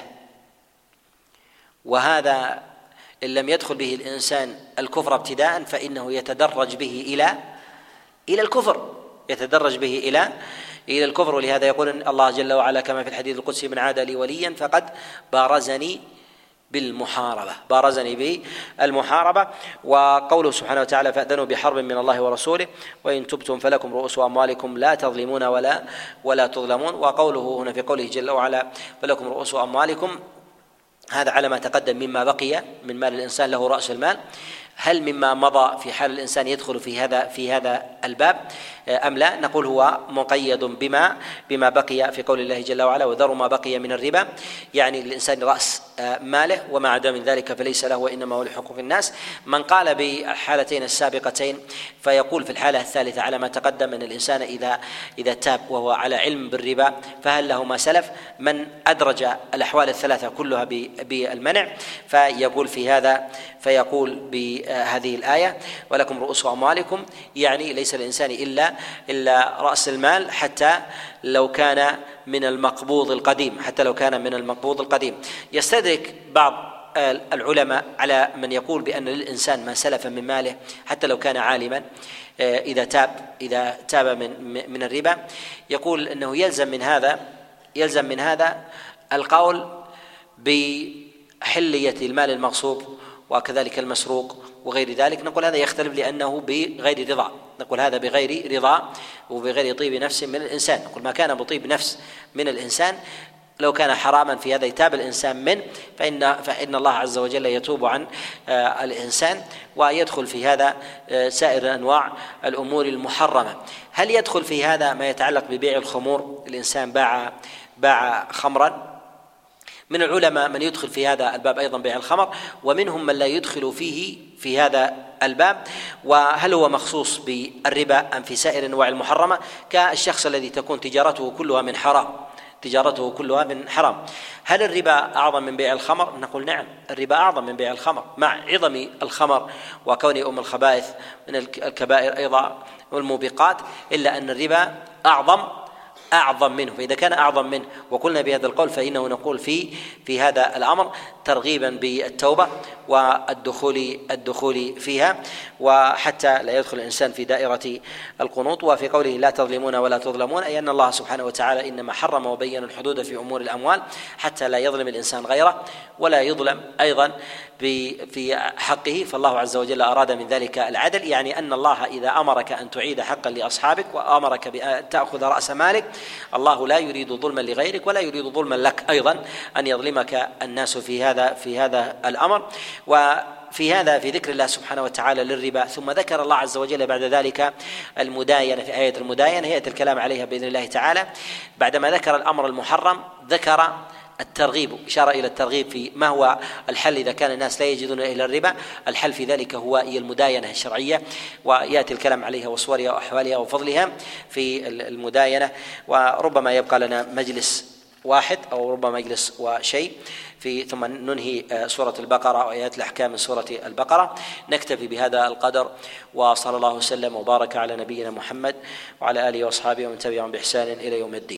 [SPEAKER 1] وهذا إن لم يدخل به الإنسان الكفر ابتداء فإنه يتدرج به إلى إلى الكفر يتدرج به إلى إلى الكفر. ولهذا يقول الله جل وعلا كما في الحديث القدسي من عاد لي وليا فقد بارزني بالمحاربة بارزني به المحاربة. وقوله سبحانه وتعالى فأذنوا بحرب من الله ورسوله وإن تبتم فلكم رؤوس أموالكم لا تظلمون ولا ولا تظلمون. وقوله هنا في قوله جل وعلا فلكم رؤوس أموالكم، هذا على ما تقدم مما بقي من مال الإنسان له رأس المال. هل مما مضى في حال الإنسان يدخل في هذا في هذا الباب أم لا؟ نقول هو مقيد بما بما بقي في قول الله جل وعلا وذروا ما بقي من الربا، يعني الإنسان رأس ماله وما عدا من ذلك فليس له وإنما هو لحقوق الناس. من قال بالحالتين السابقتين فيقول في الحالة الثالثة على ما تقدم أن الإنسان إذا إذا تاب وهو على علم بالربا فهل له ما سلف. من أدرج الأحوال الثلاثة كلها بالمنع فيقول في هذا فيقول بهذه الآية ولكم رؤوس أموالكم، يعني ليس الإنسان إلا إلا رأس المال حتى لو كان من المقبوض القديم حتى لو كان من المقبوض القديم. يستدرك بعض العلماء على من يقول بأن للإنسان ما سلف من ماله حتى لو كان عالما إذا تاب إذا تاب من من الربا، يقول أنه يلزم من هذا يلزم من هذا القول بحلية المال المغصوب وكذلك المسروق وغير ذلك. نقول هذا يختلف لأنه بغير رضا نقول هذا بغير رضا وبغير طيب نفس من الإنسان. نقول ما كان بطيب نفس من الإنسان لو كان حراما في هذا يتاب الإنسان منه فإن فإن الله عز وجل يتوب عن الإنسان ويدخل في هذا سائر أنواع الأمور المحرمة. هل يدخل في هذا ما يتعلق ببيع الخمور؟ الإنسان باع باع خمرا، من العلماء من يدخل في هذا الباب أيضا بيع الخمر، ومنهم من لا يدخل فيه في هذا الباب. وهل هو مخصوص بالربا أم في سائر أنواع المحرمة كالشخص الذي تكون تجارته كلها من حرام تجارته كلها من حرام؟ هل الربا أعظم من بيع الخمر؟ نقول نعم الربا أعظم من بيع الخمر مع عظم الخمر وكونه أم الخبائث من الكبائر أيضا والموبقات، إلا أن الربا أعظم أعظم منه. فإذا كان أعظم منه وقلنا بهذا القول فإنه نقول في في هذا الأمر ترغيبا بالتوبة والدخول الدخول فيها وحتى لا يدخل الإنسان في دائرة القنوط. وفي قوله لا تظلمون ولا تظلمون أي أن الله سبحانه وتعالى إنما حرم وبين الحدود في أمور الأموال حتى لا يظلم الإنسان غيره ولا يظلم أيضا في حقه. فالله عز وجل أراد من ذلك العدل، يعني أن الله إذا أمرك أن تعيد حقا لأصحابك وأمرك بأن تأخذ رأس مالك، الله لا يريد ظلما لغيرك ولا يريد ظلما لك أيضا أن يظلمك الناس في هذا في هذا الأمر. و وفي هذا في ذكر الله سبحانه وتعالى للربا، ثم ذكر الله عز وجل بعد ذلك المداينة في آية المداينة، هي الكلام عليها بإذن الله تعالى. بعدما ذكر الأمر المحرم ذكر الترغيب، إشارة إلى الترغيب في ما هو الحل إذا كان الناس لا يجدون إلى الربا. الحل في ذلك هو هي المداينة الشرعية، ويأتي الكلام عليها وصورها وأحوالها وفضلها في المداينة. وربما يبقى لنا مجلس واحد أو ربما مجلس وشيء في ثم ننهي سورة البقرة وآيات الأحكام من سورة البقرة. نكتفي بهذا القدر، وصلى الله وسلم وبارك على نبينا محمد وعلى آله وأصحابه ومن تبعهم بإحسان إلى يوم الدين.